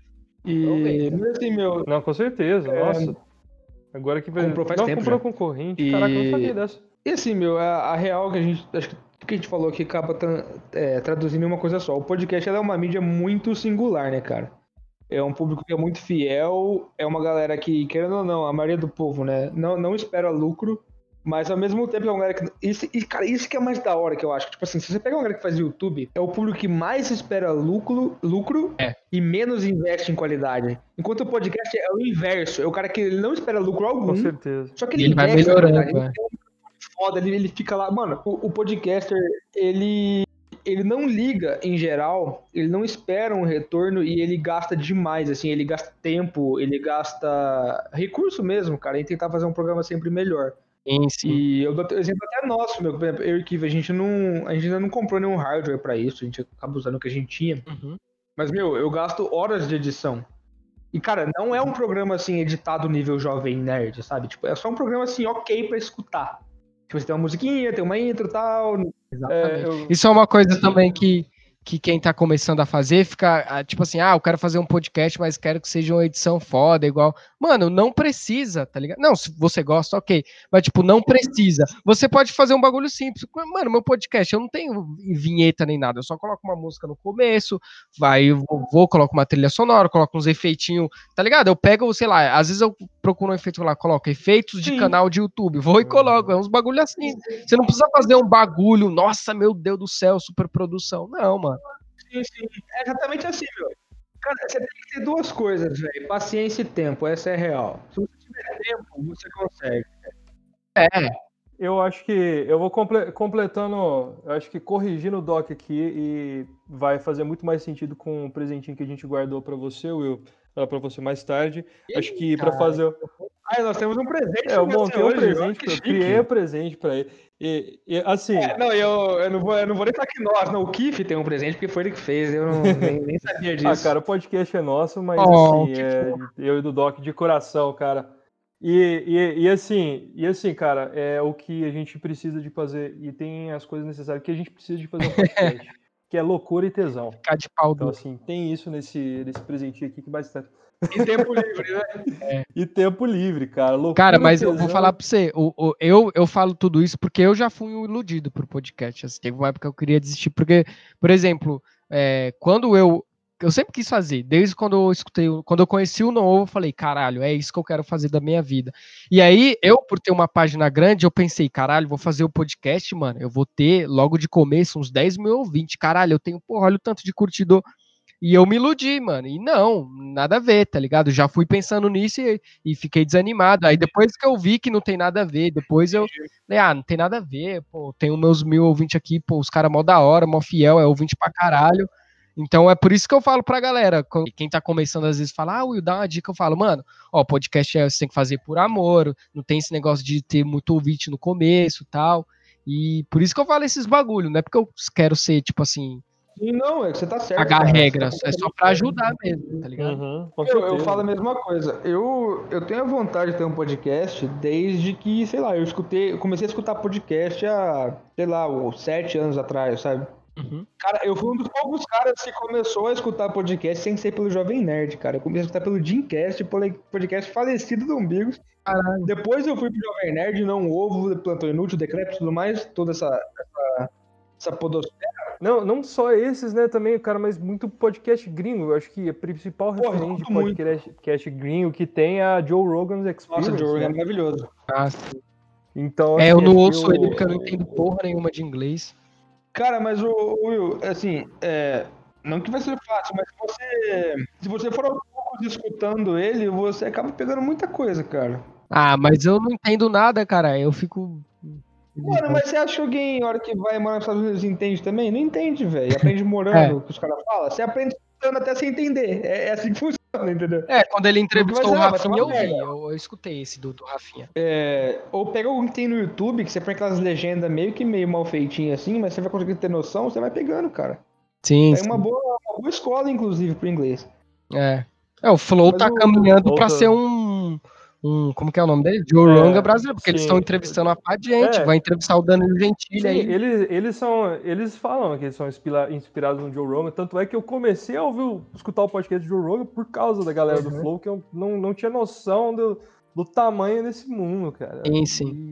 E, aproveita. mas assim, meu, Não, com certeza, nossa. Agora que vai. Comprou faz não, tempo comprou já. concorrente. E- Caraca, eu não sabia dessa. e assim, meu, a, a real que a gente, acho que o que a gente falou aqui acaba tra- é, traduzindo em uma coisa só. O podcast ela é uma mídia muito singular, né, cara? É um público que é muito fiel, é uma galera que, querendo ou não, a maioria do povo, né, não, não espera lucro, mas ao mesmo tempo é uma galera que... Isso, e, cara, isso que é mais da hora que eu acho. Tipo assim, se você pega uma galera que faz YouTube, é o público que mais espera lucro, lucro É. e menos investe em qualidade. Enquanto o podcast é o inverso, é o cara que ele não espera lucro algum, Com certeza. só que E ele, ele vai investe na melhorando, qualidade. é. Ele tem um foda, ele, ele fica lá... Mano, o, o podcaster, ele... Ele não liga, em geral, ele não espera um retorno e ele gasta demais, assim, ele gasta tempo, ele gasta recurso mesmo, cara, em tentar fazer um programa sempre melhor. Sim, sim. E eu dou exemplo até nosso, meu, por exemplo, eu e o Kiva, a gente não, a gente ainda não comprou nenhum hardware pra isso, a gente acaba usando o que a gente tinha. Uhum. Mas, meu, eu gasto horas de edição. E, cara, não é um programa, assim, editado nível Jovem Nerd, sabe? Tipo, é só um programa, assim, ok pra escutar. Tipo, você tem uma musiquinha, tem uma intro e tal. Exatamente. É, eu- Isso é uma coisa também que, que quem tá começando a fazer fica, ah, tipo assim, ah, eu quero fazer um podcast, mas quero que seja uma edição foda, igual. Mano, não precisa, tá ligado? Não, se você gosta, ok. Mas, tipo, não precisa. Você pode fazer um bagulho simples. Mano, meu podcast, eu não tenho vinheta nem nada. Eu só coloco uma música no começo, vai, eu vou, vou coloco uma trilha sonora, coloco uns efeitinhos, tá ligado? Eu pego, sei lá, às vezes eu procuro um efeito lá, coloco efeitos de Sim. canal de YouTube, vou e coloco, é uns bagulho assim. Você não precisa fazer um bagulho, nossa, meu Deus do céu, super produção. Não, mano. Sim, sim. É exatamente assim, meu. Cara, você tem que ter duas coisas, velho. Paciência e tempo, essa é real. Se você tiver tempo, você consegue. É, Eu acho que eu vou comple- completando, eu acho que corrigindo o doc aqui e vai fazer muito mais sentido com o presentinho que a gente guardou pra você, Will. para você mais tarde. Ih, Acho que para cara. fazer... Ah, nós temos um presente. É, eu pra você montei um hoje, presente, olha que pra, chique. criei um presente para ele. E, e, assim... É, não, eu, eu, não vou, eu não vou nem falar que nós, não. O Kiff tem um presente porque foi ele que fez. Eu não, nem, nem sabia disso. Ah, cara, o podcast é nosso, mas Oh, assim, que é, eu e do Doc de coração, cara. E, e, e assim, e assim, cara, é o que a gente precisa de fazer, e tem as coisas necessárias que a gente precisa de fazer um podcast, que é loucura e tesão. Ficar de pau Então, duro. assim, tem isso nesse, nesse presentinho aqui que bastante. E tempo livre, né? É. E tempo livre, cara. Loucura, Cara, mas tesão. eu vou falar pra você, o, o, eu, eu falo tudo isso porque eu já fui um iludido por podcast. Assim, teve uma época que eu queria desistir, porque, por exemplo, é, quando eu. Eu sempre quis fazer, desde quando eu escutei, quando eu conheci o Novo, eu falei, caralho, é isso que eu quero fazer da minha vida. E aí, eu, por ter uma página grande, eu pensei, caralho, vou fazer o podcast, mano, eu vou ter, logo de começo, uns dez mil ouvintes. Caralho, eu tenho, porra, olha o tanto de curtidor. E eu me iludi, mano. E não, nada a ver, tá ligado? Já fui pensando nisso e, e fiquei desanimado. Aí depois que eu vi que não tem nada a ver, depois eu falei, ah, não tem nada a ver, pô, tenho meus mil ouvintes aqui, pô, os caras mó da hora, mó fiel, é ouvinte pra caralho. Então é por isso que eu falo pra galera, quem tá começando às vezes fala, ah, Will, dá uma dica, eu falo, mano, ó, podcast é, você tem que fazer por amor, não tem esse negócio de ter muito ouvinte no começo e tal. E por isso que eu falo esses bagulho, não é porque eu quero ser, tipo assim, Sim, não, é que você tá certo. pagar cara. regras, Você tá é só pra ajudar mesmo, tá ligado? Uhum, com Eu, eu certeza. falo a mesma coisa. Eu, eu tenho a vontade de ter um podcast desde que, sei lá, eu escutei, eu comecei a escutar podcast há, sei lá, uns sete anos atrás, sabe? Uhum. Cara, eu fui um dos poucos caras que começou a escutar podcast sem ser pelo Jovem Nerd, cara. Eu comecei a escutar pelo Jimcast, podcast falecido do Umbigos. Caralho. Depois eu fui pro Jovem Nerd, Não Ovo, Plantão Inútil, Decrépito e tudo mais, toda essa, essa, essa podosfera. Não, não só esses, né, também, cara, mas muito podcast gringo. Eu acho que a principal Porra, referência de muito. podcast, podcast gringo que tem é a Joe Rogan's Experience. Nossa, Joe Rogan é né? maravilhoso. Ah, sim. Então, É, eu assim, não acho que ouço o- ele porque eu não entendo porra nenhuma de inglês. Cara, mas o, o Will, assim, é, não que vai ser fácil, mas se você, se você for aos poucos escutando ele, você acaba pegando muita coisa, cara. Ah, mas eu não entendo nada, cara. Eu fico. Mano, mas você acha que alguém, na hora que vai morar nos Estados Unidos, entende também? Não entende, velho. Aprende morando, o que os caras falam. Você aprende escutando até sem entender. É, é assim que funciona, entendeu? É, quando ele entrevistou o Mas, ah, vai ser Rafinha, uma eu vi. merda. Eu, eu escutei esse do, do Rafinha. É, ou pega algum que tem no YouTube, que você põe aquelas legendas meio que meio mal feitinhas assim, mas você vai conseguir ter noção, você vai pegando, cara. Sim, É sim. uma boa, uma boa escola, inclusive, pro inglês. É. É, o Flow Mas tá o- caminhando pra Outra- ser um, um. Como que é o nome dele? Joe É, Rogan brasileiro, porque eles sim. estão entrevistando uma pá de gente. É. Vai entrevistar o Danilo Gentili Sim, aí. eles, eles são. Eles falam que eles são inspira- inspirados no Joe Rogan. Tanto é que eu comecei a ouvir, o- escutar o podcast do Joe Rogan por causa da galera do Uhum. Flow, que eu não, não tinha noção do, do tamanho desse mundo, cara. Sim, sim.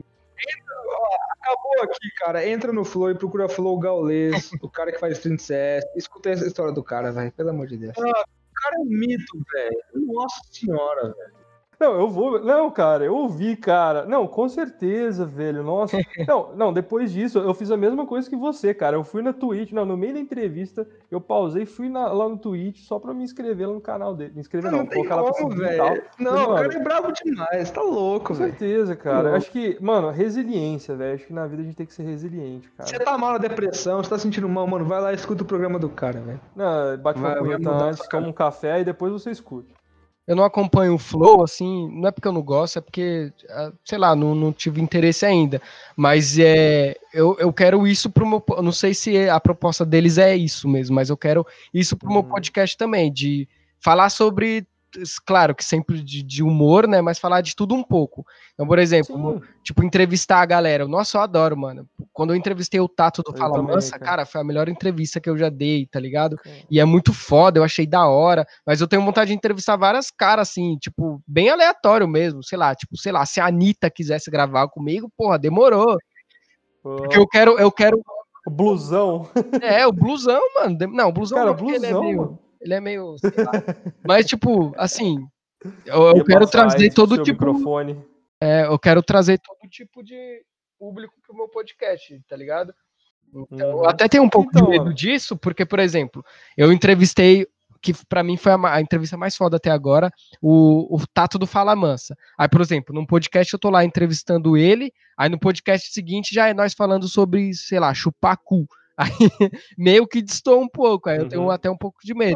Acabou aqui, cara. Entra no Flow e procura Flow Gaulês, o cara que faz stream C S. Escuta essa história do cara, velho. Pelo amor de Deus. Ah, o cara é um mito, velho. Nossa senhora, velho. Não, eu vou. Não, cara, eu ouvi, cara. Não, com certeza, velho. Nossa. Não, não, depois disso, eu fiz a mesma coisa que você, cara. Eu fui na Twitch, não, no meio da entrevista, eu pausei e fui na- lá no Twitch só pra me inscrever lá no canal dele. Me inscrever não, Não tem colocar lá pra como, seguir e tal. velho. Não, Mas, o mano, cara é brabo demais. Tá louco, com velho. certeza, cara. Louco. Acho que, mano, resiliência, velho. Acho que na vida a gente tem que ser resiliente, cara. Você tá mal na depressão, você tá sentindo mal, mano. Vai lá e escuta o programa do cara, velho. Não, bate uma Vai- vai punheta mudar antes, sua toma um café e depois você escute. Eu não acompanho o Flow, assim, não é porque eu não gosto, é porque, ah, sei lá, não, não tive interesse ainda. Mas é, eu, eu quero isso pro meu. Eu não sei se a proposta deles é isso mesmo, mas eu quero isso pro meu Uhum. podcast também, de falar sobre. Claro que sempre de, de humor, né? Mas falar de tudo um pouco. Então, por exemplo, Sim. tipo, entrevistar a galera. Nossa, eu adoro, mano. Quando eu entrevistei o Tato do Eu Fala também, Mansa, cara. cara, foi a melhor entrevista que eu já dei, tá ligado? E é muito foda, eu achei da hora. Mas eu tenho vontade de entrevistar várias caras, assim, tipo, bem aleatório mesmo. Sei lá, tipo, sei lá, se a Anitta quisesse gravar comigo, porra, demorou. Porque eu quero, eu quero. O blusão. É, o blusão, mano. de- Não, o blusão Cara, não, porque ele é blusão, meio. mano. Ele é meio. Sei lá. Mas, tipo, assim. Eu, eu Ia quero passar trazer isso pro todo seu tipo. microfone. É, eu quero trazer todo tipo de público pro meu podcast, tá ligado? Então, eu Uhum. até tenho um pouco Então, de medo mano. disso, porque, por exemplo, eu entrevistei, que pra mim foi a, ma- a entrevista mais foda até agora, o, o Tato do Fala Mansa. Aí, por exemplo, num podcast eu tô lá entrevistando ele, aí no podcast seguinte já é nós falando sobre, sei lá, chupar cu. Aí meio que destoa um pouco, aí eu tenho Uhum. até um pouco de medo. Olha,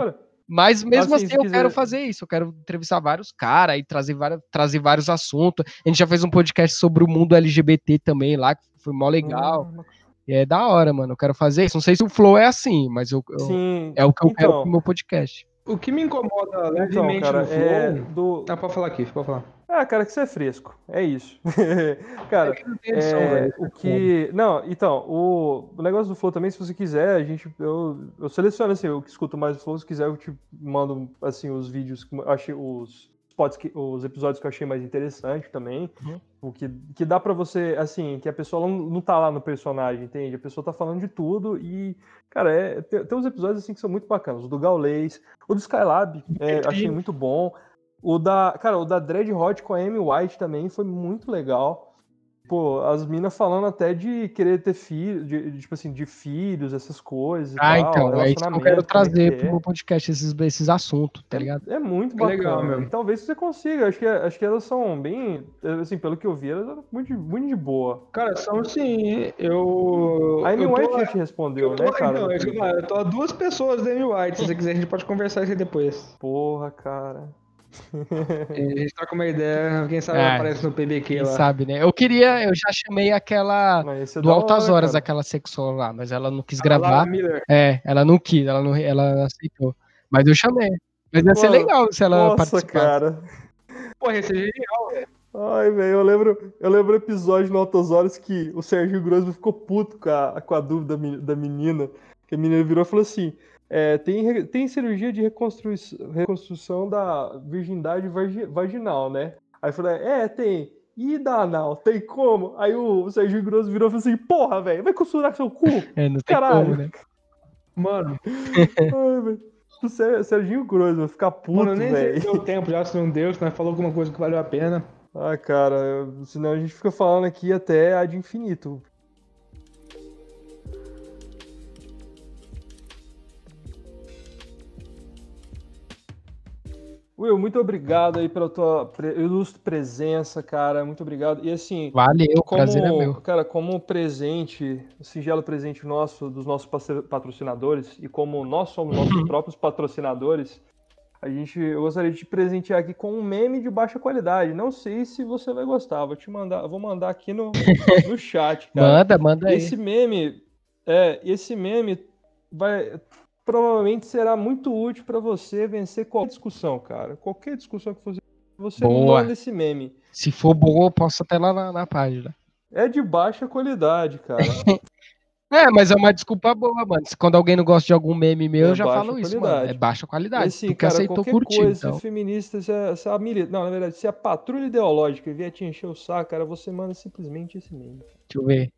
Mas mesmo Assim, assim, se eu quiser- quero fazer isso. Eu quero entrevistar vários caras e trazer, várias, trazer vários assuntos. A gente já fez um podcast sobre o mundo L G B T também lá, que foi mó legal. Hum, E é da hora, mano. Eu quero fazer isso. Não sei se o Flow é assim, mas eu, eu- sim. é o que eu quero Então, pro meu podcast. O que me incomoda então, levemente cara, no Flow... é do. Ah, pode falar aqui, pode falar. Ah, cara, que você é fresco. É isso. Cara, É que não tem edição, é, velho. o que. Não, então, o, o negócio do Flow também, se você quiser, a gente. Eu, eu seleciono assim, eu que escuto mais o Flow, se quiser, eu te mando assim, os vídeos que eu achei. Os, spots que, os episódios que eu achei mais interessante também. Uhum. O que, que dá pra você, assim, que a pessoa não, não tá lá no personagem, entende? A pessoa tá falando de tudo e, cara, é, tem, tem uns episódios assim que são muito bacanas. O do Gaulês, o do Skylab, é, achei muito bom. O da, cara, o da Dread Hot com a Amy White também foi muito legal. Pô, as minas falando até de querer ter filhos, de, de, tipo assim, de filhos, essas coisas e Ah, tal. então, é isso que eu Relacionamento, quero como é que trazer é. pro meu podcast, esses, esses assuntos, tá ligado? É, é muito É bacana. legal mesmo. E talvez você consiga. Acho que, acho que elas são bem. Assim, pelo que eu vi, elas eram muito, muito de boa. Cara, são sim, eu... A Amy eu tô- White já te respondeu, eu tô, né, cara? Então, no é isso que eu Twitter? falo, eu tô a duas pessoas da Amy White, se você quiser a gente pode conversar isso aí depois. Porra, cara. E a gente troca uma ideia, quem sabe É, ela aparece no P B Q Quem lá. sabe, né? Eu queria, eu já chamei aquela Mas esse é do da Altas hora, Horas, cara. aquela sexual lá, mas ela não quis A gravar. Lara Miller. É, ela não quis, ela não, ela aceitou. Mas eu chamei. Mas ia ser Mano, legal se ela Nossa, participasse. cara. Porra, esse é genial, velho. Ai, velho, eu lembro, eu lembro o episódio no Altas Horas que o Serginho Grosso ficou puto com a, com a dúvida da men- da menina. Que a menina virou e falou assim: é, tem, re- tem cirurgia de reconstrui- reconstrução da virgindade vagi- vaginal, né? Aí eu falei: é, tem. E da anal? Tem como? Aí o, o Serginho Grosso virou e falou assim: porra, velho, vai costurar seu cu? É, não tem Caralho. como, né? Mano, Ai, velho. O Ser- Serginho Grosso vai ficar puto, mano, eu nem sei se velho. deu tempo já, se não deu, se nós falou alguma coisa que valeu a pena. Ah, cara, eu- senão a gente fica falando aqui até ad infinito. Will, muito obrigado aí pela tua pre- ilustre presença, cara. Muito obrigado. E assim, Valeu, o como, prazer é meu. cara, como presente, singelo presente nosso, dos nossos parce- patrocinadores, e como nós somos nossos próprios patrocinadores, a gente, eu gostaria de te presentear aqui com um meme de baixa qualidade. Não sei se você vai gostar. Vou te mandar, vou mandar aqui no, no chat, cara. Manda, manda aí. Esse meme, é, esse meme vai provavelmente será muito útil para você vencer qualquer discussão, cara. Qualquer discussão que você você Boa. manda esse meme. Se for boa, eu posto até lá na, na página. É de baixa qualidade, cara. É, mas é uma desculpa boa, mano. Se quando alguém não gosta de algum meme meu, É eu já baixa falo isso, qualidade. mano. É baixa E qualidade. assim, tu que cara, aceitou qualquer curtir, coisa, então. se feminista, se a, se a mili- não, na verdade, se a patrulha ideológica vier te encher o saco, cara, você manda simplesmente esse meme. Deixa eu ver.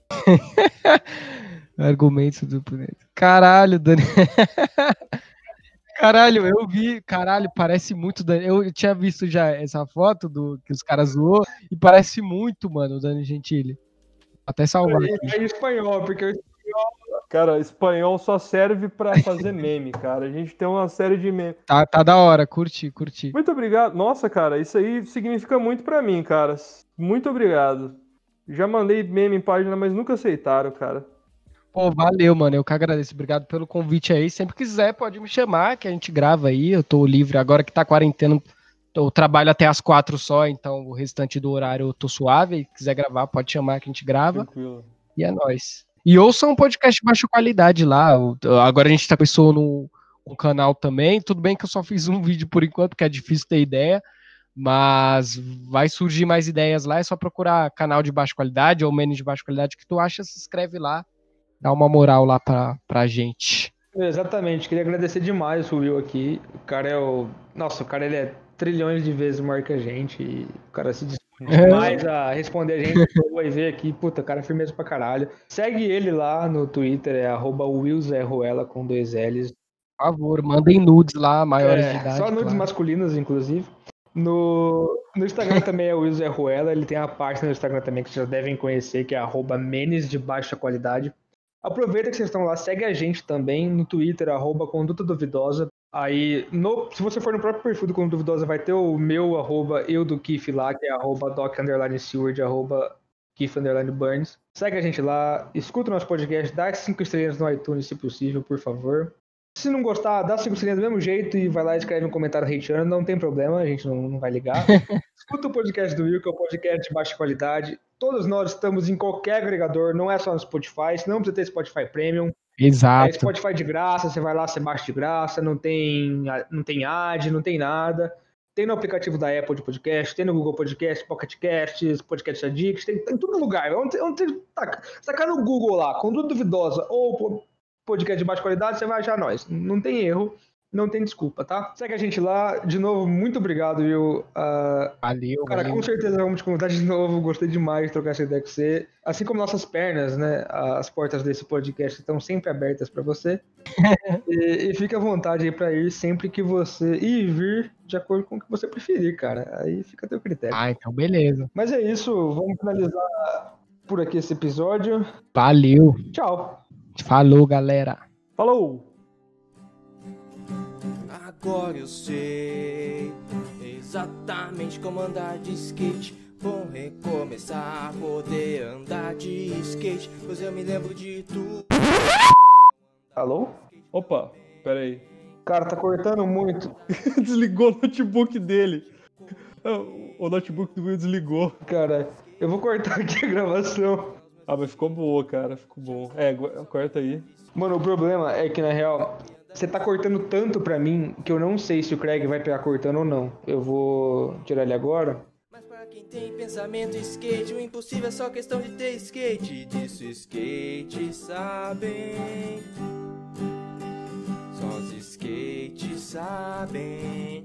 Argumentos do planeta. Caralho, Dani. Caralho, eu vi. Caralho, parece muito Dani. Eu tinha visto já essa foto do que os caras zoou e parece muito, mano, o Dani Gentili. Até salvar aqui. É em espanhol, porque eu... Cara, espanhol só serve pra fazer meme, cara. A gente tem uma série de memes. Tá, tá da hora, curti, curti. Muito obrigado. Nossa, cara, isso aí significa muito pra mim, cara. Muito obrigado. Já mandei meme em página, mas nunca aceitaram, cara. Pô, valeu, mano. Eu que agradeço. Obrigado pelo convite aí. Sempre que quiser, pode me chamar, que a gente grava aí. Eu tô livre agora que tá quarentena. Eu trabalho até as quatro só, então o restante do horário eu tô suave. Se quiser gravar, pode chamar que a gente grava. Tranquilo. E é nóis. E ouça um podcast de baixa qualidade lá. Agora a gente tá começou no, no canal também. Tudo bem que eu só fiz um vídeo por enquanto, porque é difícil ter ideia. Mas vai surgir mais ideias lá. É só procurar canal de baixa qualidade ou menos de baixa qualidade que tu acha, se inscreve lá. Dá uma moral lá pra, pra gente. Exatamente, queria agradecer demais o Will aqui. O cara é o. Nossa, o cara ele é trilhões de vezes maior que a gente. E o cara se dispõe É. demais a responder a gente. Eu vou ver aqui, puta, o cara é firmeza pra caralho. Segue ele lá no Twitter, é arroba willzerruela com dois L's. Por favor, mandem nudes lá, maiores É, de idade. só nudes claro. masculinas, inclusive. No, no Instagram também é o Will Zé Ruela. Ele tem a página no Instagram também que vocês já devem conhecer, que é arroba menes de baixa qualidade. Aproveita que vocês estão lá, segue a gente também no Twitter, arroba Conduta Duvidosa. Aí, no, se você for no próprio perfil do Conduta Duvidosa, vai ter o meu arroba eu do Kiff lá, que é arroba doc underline Seward, arroba Kiff underline Burns. Segue a gente lá, escuta o nosso podcast, dá cinco estrelas no iTunes se possível, por favor. Se não gostar, dá cinco estrelinhas do mesmo jeito e vai lá e escreve um comentário hateando, não tem problema, a gente não, não vai ligar. Escuta o podcast do Will, que é um podcast de baixa qualidade. Todos nós estamos em qualquer agregador, não é só no Spotify, senão precisa ter Spotify Premium. Exato. É Spotify de graça, você vai lá, você baixa de graça, não tem, não tem ad, não tem nada. Tem no aplicativo da Apple de podcast, tem no Google Podcast, Pocket Casts, Podcast Addict, tem, tem em todo lugar. Onde, onde tá, você tá no Google lá, conduta duvidosa ou podcast de baixa qualidade, você vai achar nós. Não tem erro, não tem desculpa, tá? Segue a gente lá. De novo, muito obrigado, viu? Uh, valeu, cara, valeu. Com certeza vamos te convidar de novo. Gostei demais de trocar essa ideia com você. Assim como nossas pernas, né? As portas desse podcast estão sempre abertas para você. e, e fique à vontade aí para ir sempre que você... E vir de acordo com o que você preferir, cara. Aí fica a teu critério. Ah, então beleza. Mas é isso. Vamos finalizar por aqui esse episódio. Valeu. Tchau. Falou, galera. Falou! Agora eu sei exatamente como andar de skate. Vou recomeçar a poder andar de skate, pois eu me lembro de tudo. Alô? Opa, pera aí. Cara, tá cortando muito. Desligou o notebook dele. O notebook do Will desligou. Cara, eu vou cortar aqui a gravação. Ah, mas ficou boa, cara. Ficou bom. É, corta aí. Mano, o problema é que, na real, você tá cortando tanto pra mim que eu não sei se o Craig vai pegar cortando ou não. Eu vou tirar ele agora. Mas pra quem tem pensamento skate, o impossível é só questão de ter skate. Disso skate sabem. Só os skates sabem.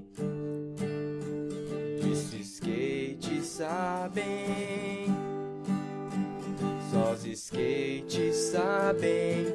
Disso skate sabem. Só os skates sabem.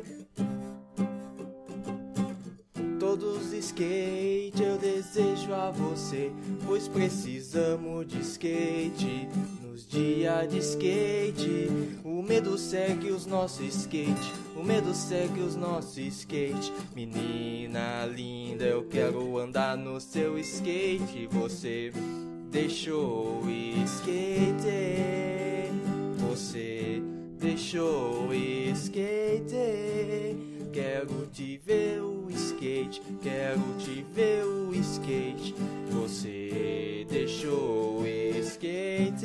Todos skate eu desejo a você, pois precisamos de skate nos dias de skate. O medo segue os nossos skate, o medo segue os nossos skate. Menina linda, eu quero andar no seu skate. Você deixou o skate, você deixou o skate. Quero te ver o skate, quero te ver o skate. Você deixou o skate.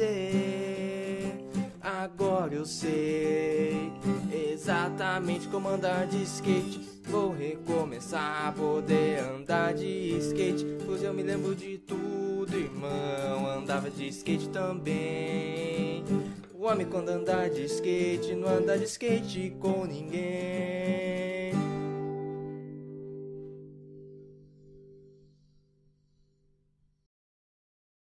Agora eu sei exatamente como andar de skate. Vou recomeçar a poder andar de skate, pois eu me lembro de tudo, irmão. Andava de skate também. O homem quando anda de skate não anda de skate com ninguém.